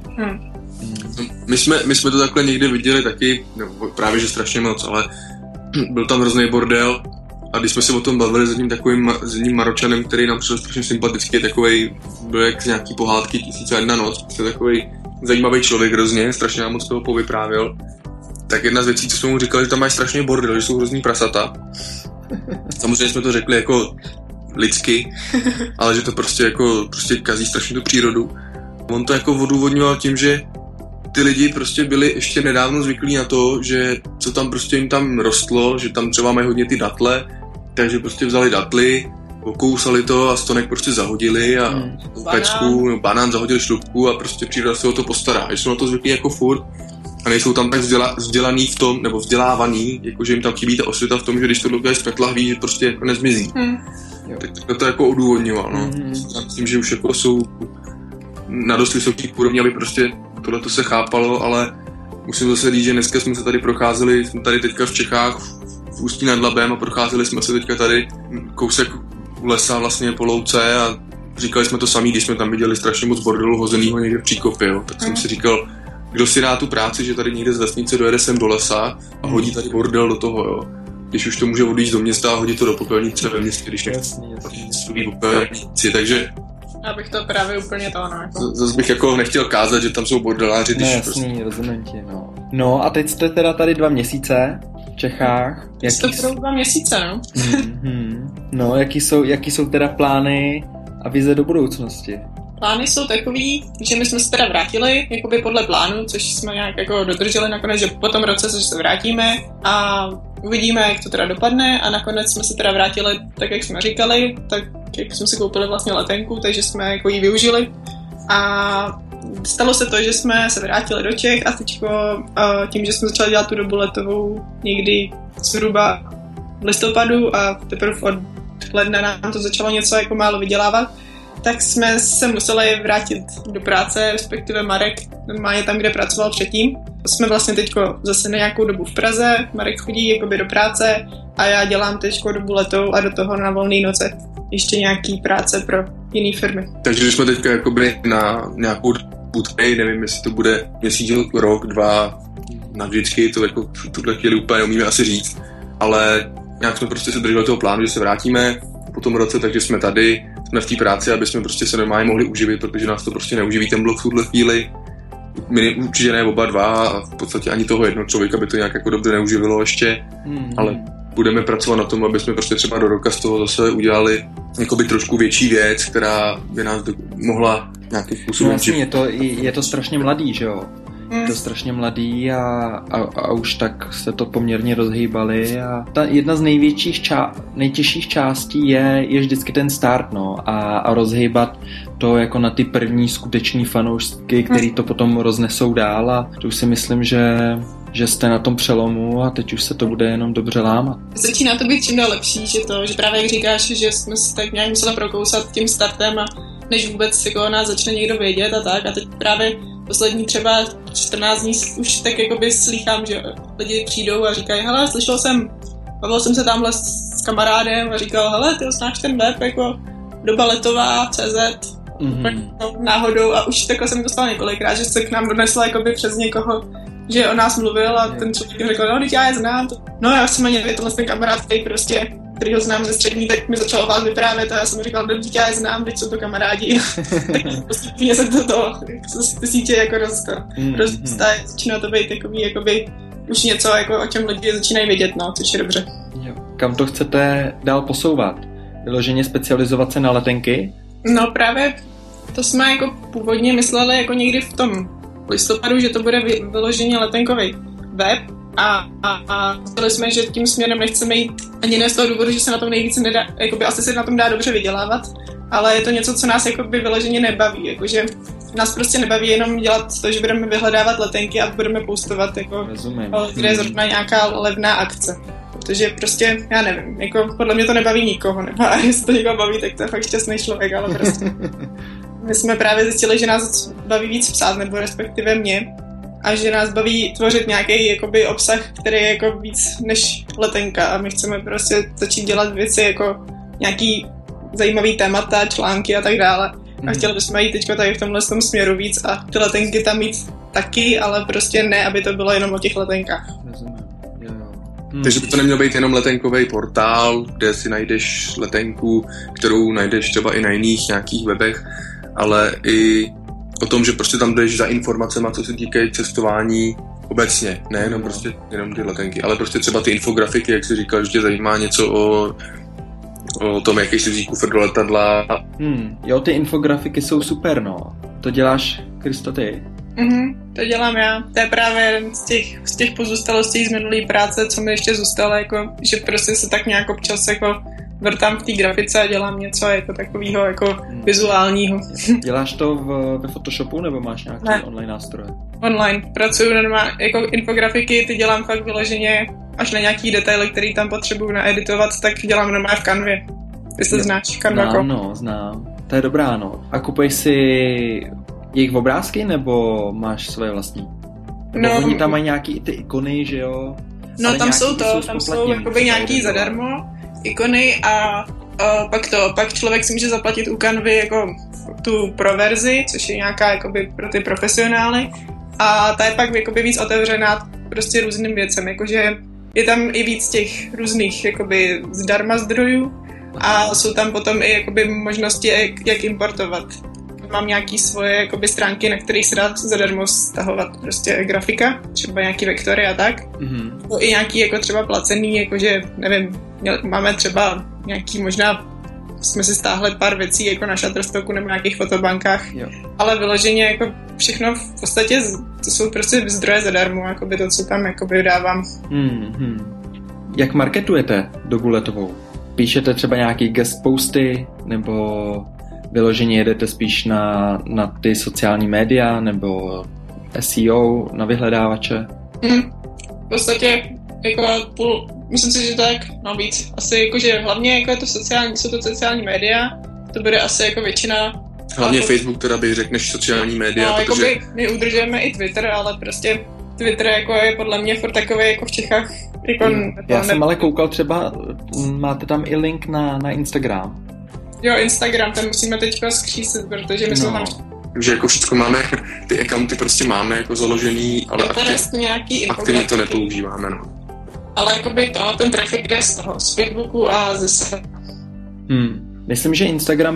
My jsme to takhle někdy viděli taky, nebo právě že strašně moc, ale byl tam hrozný bordel a když jsme se o tom bavili s jedním Maročanem, který nám přišel strašně sympatický, takovej, byl jak z nějaký pohádky 1001 noc, prostě takovej zajímavý člověk hrozně, strašně nám moc toho povyprávěl. Tak jedna z věcí, co jsme mu říkali, že tam mají strašně bordel, že jsou hrozný prasata. Samozřejmě jsme to řekli jako lidsky, ale že to prostě kazí strašně tu přírodu. On to jako odůvodňoval tím, že ty lidi prostě byli ještě nedávno zvyklí na to, že co tam prostě jim tam rostlo, že tam třeba mají hodně ty datle, takže prostě vzali datly, okousali to a stonek prostě zahodili a pecku, banán zahodili šlupku a prostě příroda se o to postará. Že jsou na to zvyklí jako furt a nejsou tam tak vzdělaný v tom, nebo vzdělávaný, jakože jim tam chybí ta osvěta v tom, že když to dokáže zpět ví, že prostě jako nezmizí. Tak to jako odůvodňoval, no. Myslím, že už jako jsou na dost vysokých úrovni, aby prostě tohleto se chápalo, ale musím zase říct, že dneska jsme se tady procházeli, jsme tady teďka v Čechách, v Ústí nad Labem a procházeli jsme se teďka tady kousek lesa vlastně po louce a říkali jsme to samý, když jsme tam viděli strašně moc bordelu hozenýho někde v příkopě, jo. Tak jsem si říkal, kdo si dá tu práci, že tady někde z vesnice dojede sem do lesa a hodí tady bordel do toho, jo. Když už to může odjíždět do města a hodit to do popelnice ve městě, když nechce svůj popelnici, takže...
Abych to právě úplně to, no.
Zase bych jako nechtěl kázat, že tam jsou bordeláři, když...
No jasný, rozumím ti, no. No a teď jste teda tady 2 měsíce v Čechách.
To budou 2 měsíce, no.
No, jaký jsou teda plány a vize do budoucnosti?
Plány jsou takový, že my jsme se teda vrátili jakoby podle plánu, což jsme nějak jako dodrželi nakonec, že po tom roce se vrátíme a uvidíme, jak to teda dopadne a nakonec jsme se teda vrátili tak, jak jsme říkali, tak jak jsme si koupili vlastně letenku, takže jsme jako ji využili a stalo se to, že jsme se vrátili do Čech a teďko tím, že jsme začali dělat tu dobu letovou někdy zhruba v listopadu a teprve od ledna nám to začalo něco jako málo vydělávat, tak jsme se museli vrátit do práce, respektive Marek normálně tam, kde pracoval předtím. Jsme vlastně teďko zase na nějakou dobu v Praze, Marek chodí jakoby do práce a já dělám teďko dobu letou a do toho na volné noce ještě nějaký práce pro jiné firmy.
Takže jsme teďka jakoby na nějakou dobu, nevím, jestli to bude měsíc, rok, 2, navždycky, to jako v tuhle chvíli úplně neumíme asi říct, ale nějak jsme prostě se drželi toho plánu, že se vrátíme po tom roce, takže jsme tady, jsme v té práci, aby jsme prostě se normálně mohli uživit, protože nás to prostě neuživí ten blok v tuhle chvíli. My určitě ne oba dva a v podstatě ani toho jednoho člověka by to nějak jako dobře neuživilo ještě, ale budeme pracovat na tom, aby jsme prostě třeba do roka z toho zase udělali jakoby trošku větší věc, která by nás mohla nějakým způsobem...
No jasně, je to strašně mladý, že jo? Je to strašně mladý a už tak se to poměrně rozhýbali a ta jedna z nejtěžších částí je vždycky ten start, no, a rozhýbat to jako na ty první skuteční fanoušky, který to potom roznesou dál a to už si myslím, že jste na tom přelomu a teď už se to bude jenom dobře lámat.
Začíná to být čím dál lepší, že právě jak říkáš, že jsme se tak nějak museli prokousat tím startem a než vůbec jako nás začne někdo vědět a tak a teď právě poslední třeba 14 dní už tak jakoby slýchám, že lidi přijdou a říkají, hele, bavil jsem se tamhle s kamarádem a říkal, hele, ty znáš ten web, jako doba letová, CZ, náhodou a už takhle jsem dostal několikrát, že se k nám donesla jakoby přes někoho, že o nás mluvil a ten člověk řekl, no, teď já je znám. No, já jsem ani nevěděl, ten kamarád, který ho znám ze střední, tak mi začal o vás vyprávět a já jsem říkal, teď já je znám, teď jsou to kamarádi. Tak postupně se ty sítě jako rozstaje, začíná to být takový, jakoby, už něco, jako, o čem lidi začínají vědět, no, což je dobře.
Jo. Kam to chcete dál posouvat? Vyloženě specializovat se na letenky?
No právě to jsme jako původně mysleli jako někdy v tom listopadu, že to bude vyloženě letenkový web a mysleli jsme, že tím směrem nechceme jít ani ne z toho důvodu, že se na tom nejvíce nedá, jakoby asi se na tom dá dobře vydělávat, ale je to něco, co nás jakoby vyloženě nebaví, jakože nás prostě nebaví jenom dělat to, že budeme vyhledávat letenky a budeme postovat, jako, kde je zrovna nějaká levná akce. Protože prostě, já nevím, jako podle mě to nebaví nikoho, nebo a jestli to někoho baví, tak to je fakt šťastný člověk, ale prostě my jsme právě zjistili, že nás baví víc psát, nebo respektive mě, a že nás baví tvořit nějaký jakoby obsah, který je jako víc než letenka a my chceme prostě začít dělat věci jako nějaký zajímavý témata, články a tak dále. A chtěli bychom jít teďko tady v tomhle směru víc a ty letenky tam mít taky, ale prostě ne, aby to bylo jenom o těch letenkách.
Takže by to neměl být jenom letenkový portál, kde si najdeš letenku, kterou najdeš třeba i na jiných nějakých webech, ale i o tom, že prostě tam jdeš za informacemi, co se týkají cestování obecně, nejenom prostě jenom ty letenky, ale prostě třeba ty infografiky, jak jsi říkal, že tě zajímá něco o tom, jaký si vzít kufr do letadla.
Jo, ty infografiky jsou super, no. To děláš, Krista, ty?
To dělám já. To je právě jeden z těch pozůstalostí z minulý práce, co mi ještě zůstalo, jako, že prostě se tak nějak občas jako vrtám v té grafice a dělám něco jako takového jako vizuálního.
Děláš to ve Photoshopu nebo máš nějaký online nástroje?
Online. Pracuju normálně, jako infografiky, ty dělám fakt vyloženě až na nějaký detaily, který tam potřebuju naeditovat, tak dělám normálně v Canvě. Jestli znáš Canva.
Znám. To je dobrá, no. A kupuješ si jejich obrázky nebo máš svoje vlastní? No, oni tam mají nějaký ty ikony, že jo?
No tam jsou jakoby nějaký zadarmo ikony a pak člověk si může zaplatit u Canvy jako tu pro verzi, což je nějaká jakoby pro ty profesionály a ta je pak jakoby víc otevřená prostě různým věcem, jakože je tam i víc těch různých jakoby zdarma zdrojů a jsou tam potom i jakoby možnosti, jak importovat. Mám nějaký svoje jakoby stránky, na kterých se dá zadarmo stahovat prostě grafika, třeba nějaký vektory a tak. I nějaký jako třeba placený, jakože nevím, máme třeba nějaký možná jsme si stáhli pár věcí jako na Shutterstocku nebo nějakých fotobankách, jo. Ale vyloženě jako všechno v podstatě to jsou prostě zdroje zadarmo, jakoby to, co tam jakoby dávám.
Jak marketujete Dogu letovou? Píšete třeba nějaký guest posty nebo vyloženě jedete spíš na ty sociální média nebo SEO, na vyhledávače?
V podstatě jako myslím si, že tak, no víc. Asi jakože hlavně jako jsou to sociální média, to bude asi jako většina.
Hlavně Facebook, teda bych řekl, než sociální média,
no,
protože...
Jakoby my udržujeme i Twitter, ale prostě Twitter jako je podle mě furt takový jako v Čechách. Jako
já jsem ale koukal třeba, máte tam i link na Instagram.
Jo, Instagram, ten musíme teďka zkřísit, protože my jsme tam...
Takže jako všechno máme, ty accounty prostě máme jako založený, ale aktivně to nepoužíváme, no.
Ale jakoby ten trafik jde z Facebooku a ze sebe.
Myslím, že Instagram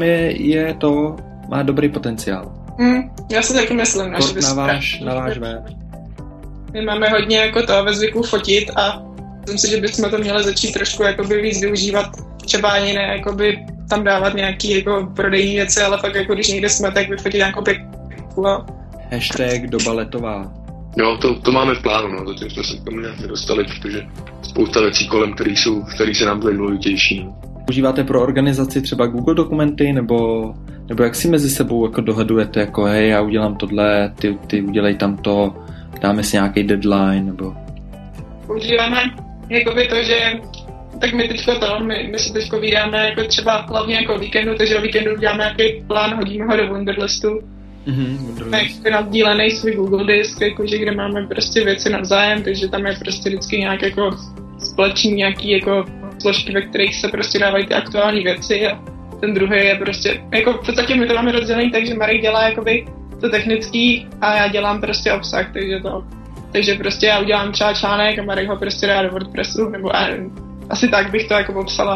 má dobrý potenciál.
Já si taky myslím, že
na váš web.
My máme hodně jako to ve zvyku fotit a myslím si, že bychom to měli začít trošku jakoby víc využívat. Třeba ani ne jakoby tam dávat nějaký jako prodejní věci, ale fakt jako když někde jsme, tak vyfotit nějakou pěkku.
Hashtag Doba letová.
Jo, to máme v plánu, no, zatím jsme se k tomu nějak nedostali, protože spousta věcí kolem, které se nám byly důležitější. No.
Užíváte pro organizaci třeba Google dokumenty, nebo jak si mezi sebou jako dohadujete, jako hej, já udělám tohle, ty udělej tam to, dáme si nějaký deadline, nebo...
Používáme jakoby to, že tak my si teďko vydáme jako třeba hlavně jako víkendu, takže o víkendu uděláme nějaký plán, hodíme ho do Wunderlistu. Máme naddílený svůj Google disk, jakože, kde máme prostě věci navzájem, takže tam je prostě vždycky nějak jako společný nějaký jako složky, ve kterých se prostě dávají ty aktuální věci a ten druhý je prostě, jako v podstatě my to máme rozdělený, takže Marek dělá jakoby to technický a já dělám prostě obsah, takže prostě já udělám třeba článek a Marek ho prostě dá do WordPressu, nebo asi tak bych to jako popsala.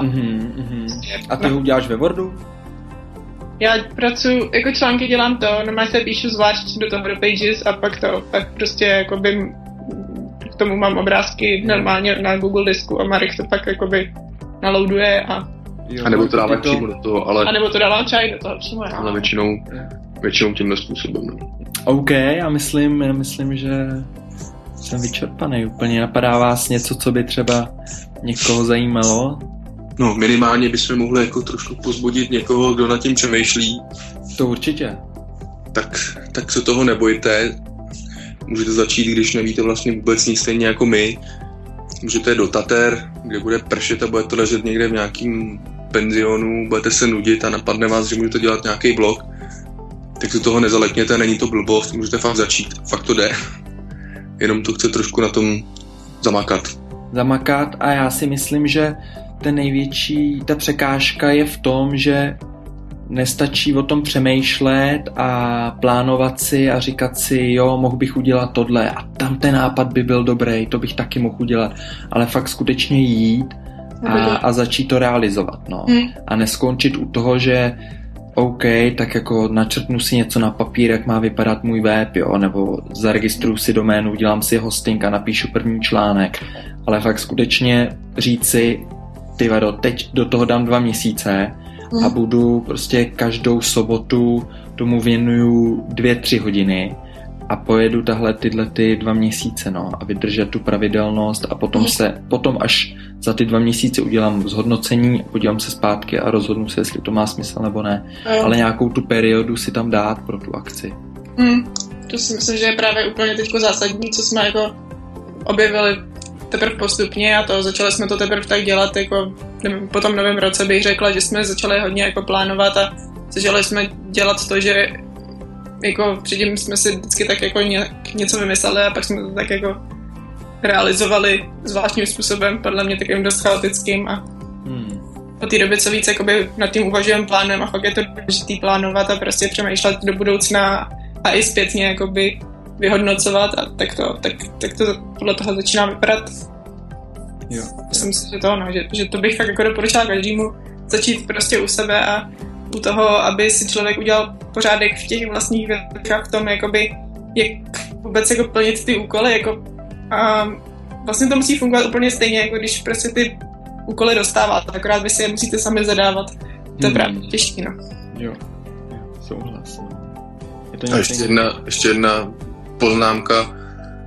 A ty ho uděláš ve Wordu?
Já pracuji, jako články dělám to, normálně se píšu zvlášť do toho do Pages a pak prostě jakoby k tomu mám obrázky normálně na Google disku a Marek to pak jakoby naloaduje a...
A nebo to dává přímo do toho, ale...
A nebo to dává čaj do toho přímo,
ale většinou tímhle způsobem.
OK, já myslím, že jsem vyčerpaný úplně. Napadá vás něco, co by třeba někoho zajímalo?
No, minimálně bychom mohli jako trošku pozbudit někoho, kdo nad tím přemýšlí.
To určitě.
Tak se toho nebojte. Můžete začít, když nevíte vlastně vůbec nic, stejně jako my. Můžete do Tater, kde bude pršet a budete ležet někde v nějakým penzionu, budete se nudit a napadne vás, že můžete dělat nějaký blog. Tak se toho nezalekněte, není to blbost, můžete fakt začít. Fakt to jde. Jenom to chce trošku na tom zamakat
a já si myslím, že ta překážka je v tom, že nestačí o tom přemýšlet a plánovat si a říkat si, jo, mohl bych udělat tohle a tam ten nápad by byl dobrý, to bych taky mohl udělat, ale fakt skutečně jít a začít to realizovat, no. A neskončit u toho, že OK, tak jako načrtnu si něco na papír, jak má vypadat můj web, jo, nebo zaregistruju si doménu, udělám si hosting a napíšu první článek, ale fakt skutečně říct si, ty vado, teď do toho dám 2 měsíce a budu prostě každou sobotu tomu věnuju 2-3 hodiny a pojedu tyhle 2 měsíce, no, a vydržet tu pravidelnost a potom až za ty 2 měsíce udělám zhodnocení, podívám se zpátky a rozhodnu se, jestli to má smysl nebo ne, ale nějakou tu periodu si tam dát pro tu akci.
To si myslím, že je právě úplně teďko zásadní, co jsme jako objevili teprve postupně a začali jsme to teprve tak dělat, jako po tom novém roce bych řekla, že jsme začali hodně jako plánovat a začali jsme dělat to, že jako předtím jsme si vždycky tak jako něco vymysleli a pak jsme to tak jako realizovali zvláštním způsobem, podle mě takovým dost chaotickým a po té době co víc jakoby nad tím uvažujeme, plánujeme a fakt je to důležitý plánovat a prostě přemýšlet do budoucna a i zpětně jakoby vyhodnocovat a tak to podle toho začíná vypadat.
Jo.
Myslím si, že to, že to bych fakt jako doporučila každému začít prostě u sebe a u toho, aby si člověk udělal pořádek v těch vlastních věcech v tom, jakoby, jak vůbec jako plnit ty úkoly, jako a vlastně to musí fungovat úplně stejně, jako když prostě ty úkoly dostáváte, akorát vy si je musíte sami zadávat. To je právě těžké, no.
Jo, souhlas.
A ještě jedna poznámka.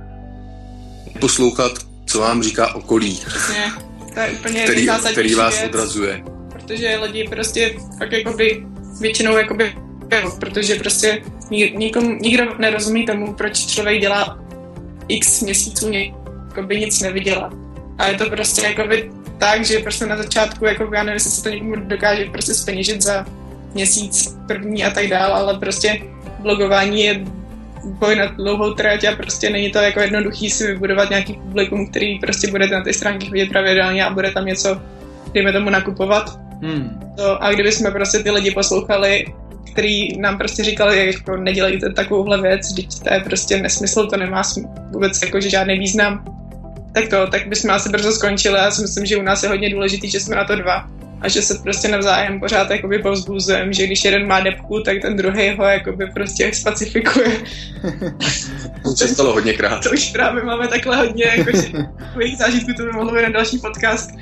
Poslouchat, co vám říká okolí.
Přesně, to je úplně
který vás
věc,
odrazuje.
Protože lidi prostě fakt jakoby většinou jakoby, protože prostě nikdo nerozumí tomu, proč člověk dělá x měsíců jakoby nic nevydělá. A je to prostě jakoby tak, že prostě na začátku, jako já nevím, jestli se to někomu dokáže prostě zpeněžit za měsíc první a tak dál, ale prostě blogování je boj na dlouhou trať a prostě není to jako jednoduchý si vybudovat nějaký publikum, který prostě budete na ty stránky chodit pravidelně a bude tam něco, dejme tomu, nakupovat. A kdyby jsme prostě ty lidi poslouchali, který nám prostě říkali, jako nedělejte takovouhle věc, vždyť to je prostě nesmysl, to nemá vůbec jako žádný význam, tak bychom asi brzo skončili a já si myslím, že u nás je hodně důležitý, že jsme na to dva a že se prostě navzájem pořád jakoby povzbuzujeme, že když jeden má depku, tak ten druhý ho jakoby prostě spacifikuje.
To se stalo hodněkrát.
To už právě máme takhle hodně, jakože takových zážitků, to by mohlo být na další podcast.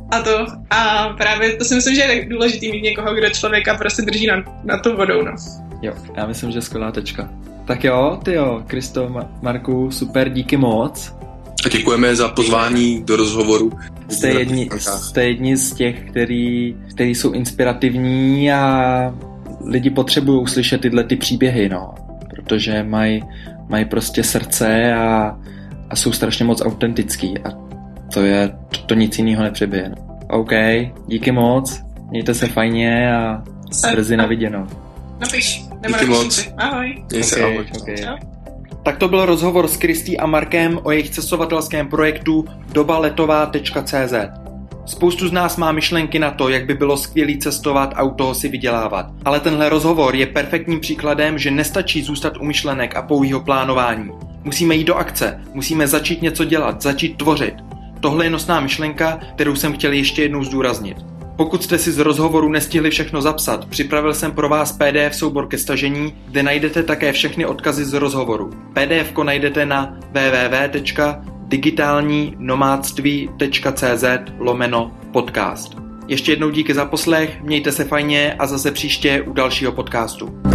A právě to si myslím, že je důležitý mít někoho, kdo člověka prostě drží nad tou vodou, no.
Jo, já myslím, že skvělá tečka. Tak jo, Kristo, Marku, super, díky moc.
A děkujeme za pozvání do rozhovoru.
Jste jedni z těch, kteří jsou inspirativní a lidi potřebují slyšet tyhle ty příběhy, no. Protože mají prostě srdce a jsou strašně moc autentický a to nic jiného nepřebije. No. OK, díky moc, mějte se fajně a brzy na viděnou.
Napiš.
Díky moc.
Ahoj.
Okay.
Čau.
Tak to byl rozhovor s Kristý a Markem o jejich cestovatelském projektu dobaletová.cz. Spoustu z nás má myšlenky na to, jak by bylo skvělý cestovat a u toho si vydělávat. Ale tenhle rozhovor je perfektním příkladem, že nestačí zůstat u myšlenek a pouhýho plánování. Musíme jít do akce, musíme začít něco dělat, začít tvořit. Tohle je nosná myšlenka, kterou jsem chtěl ještě jednou zdůraznit. Pokud jste si z rozhovoru nestihli všechno zapsat, připravil jsem pro vás PDF soubor ke stažení, kde najdete také všechny odkazy z rozhovoru. PDF-ko najdete na www.digitálnínomádství.cz/podcast. Ještě jednou díky za poslech, mějte se fajně a zase příště u dalšího podcastu.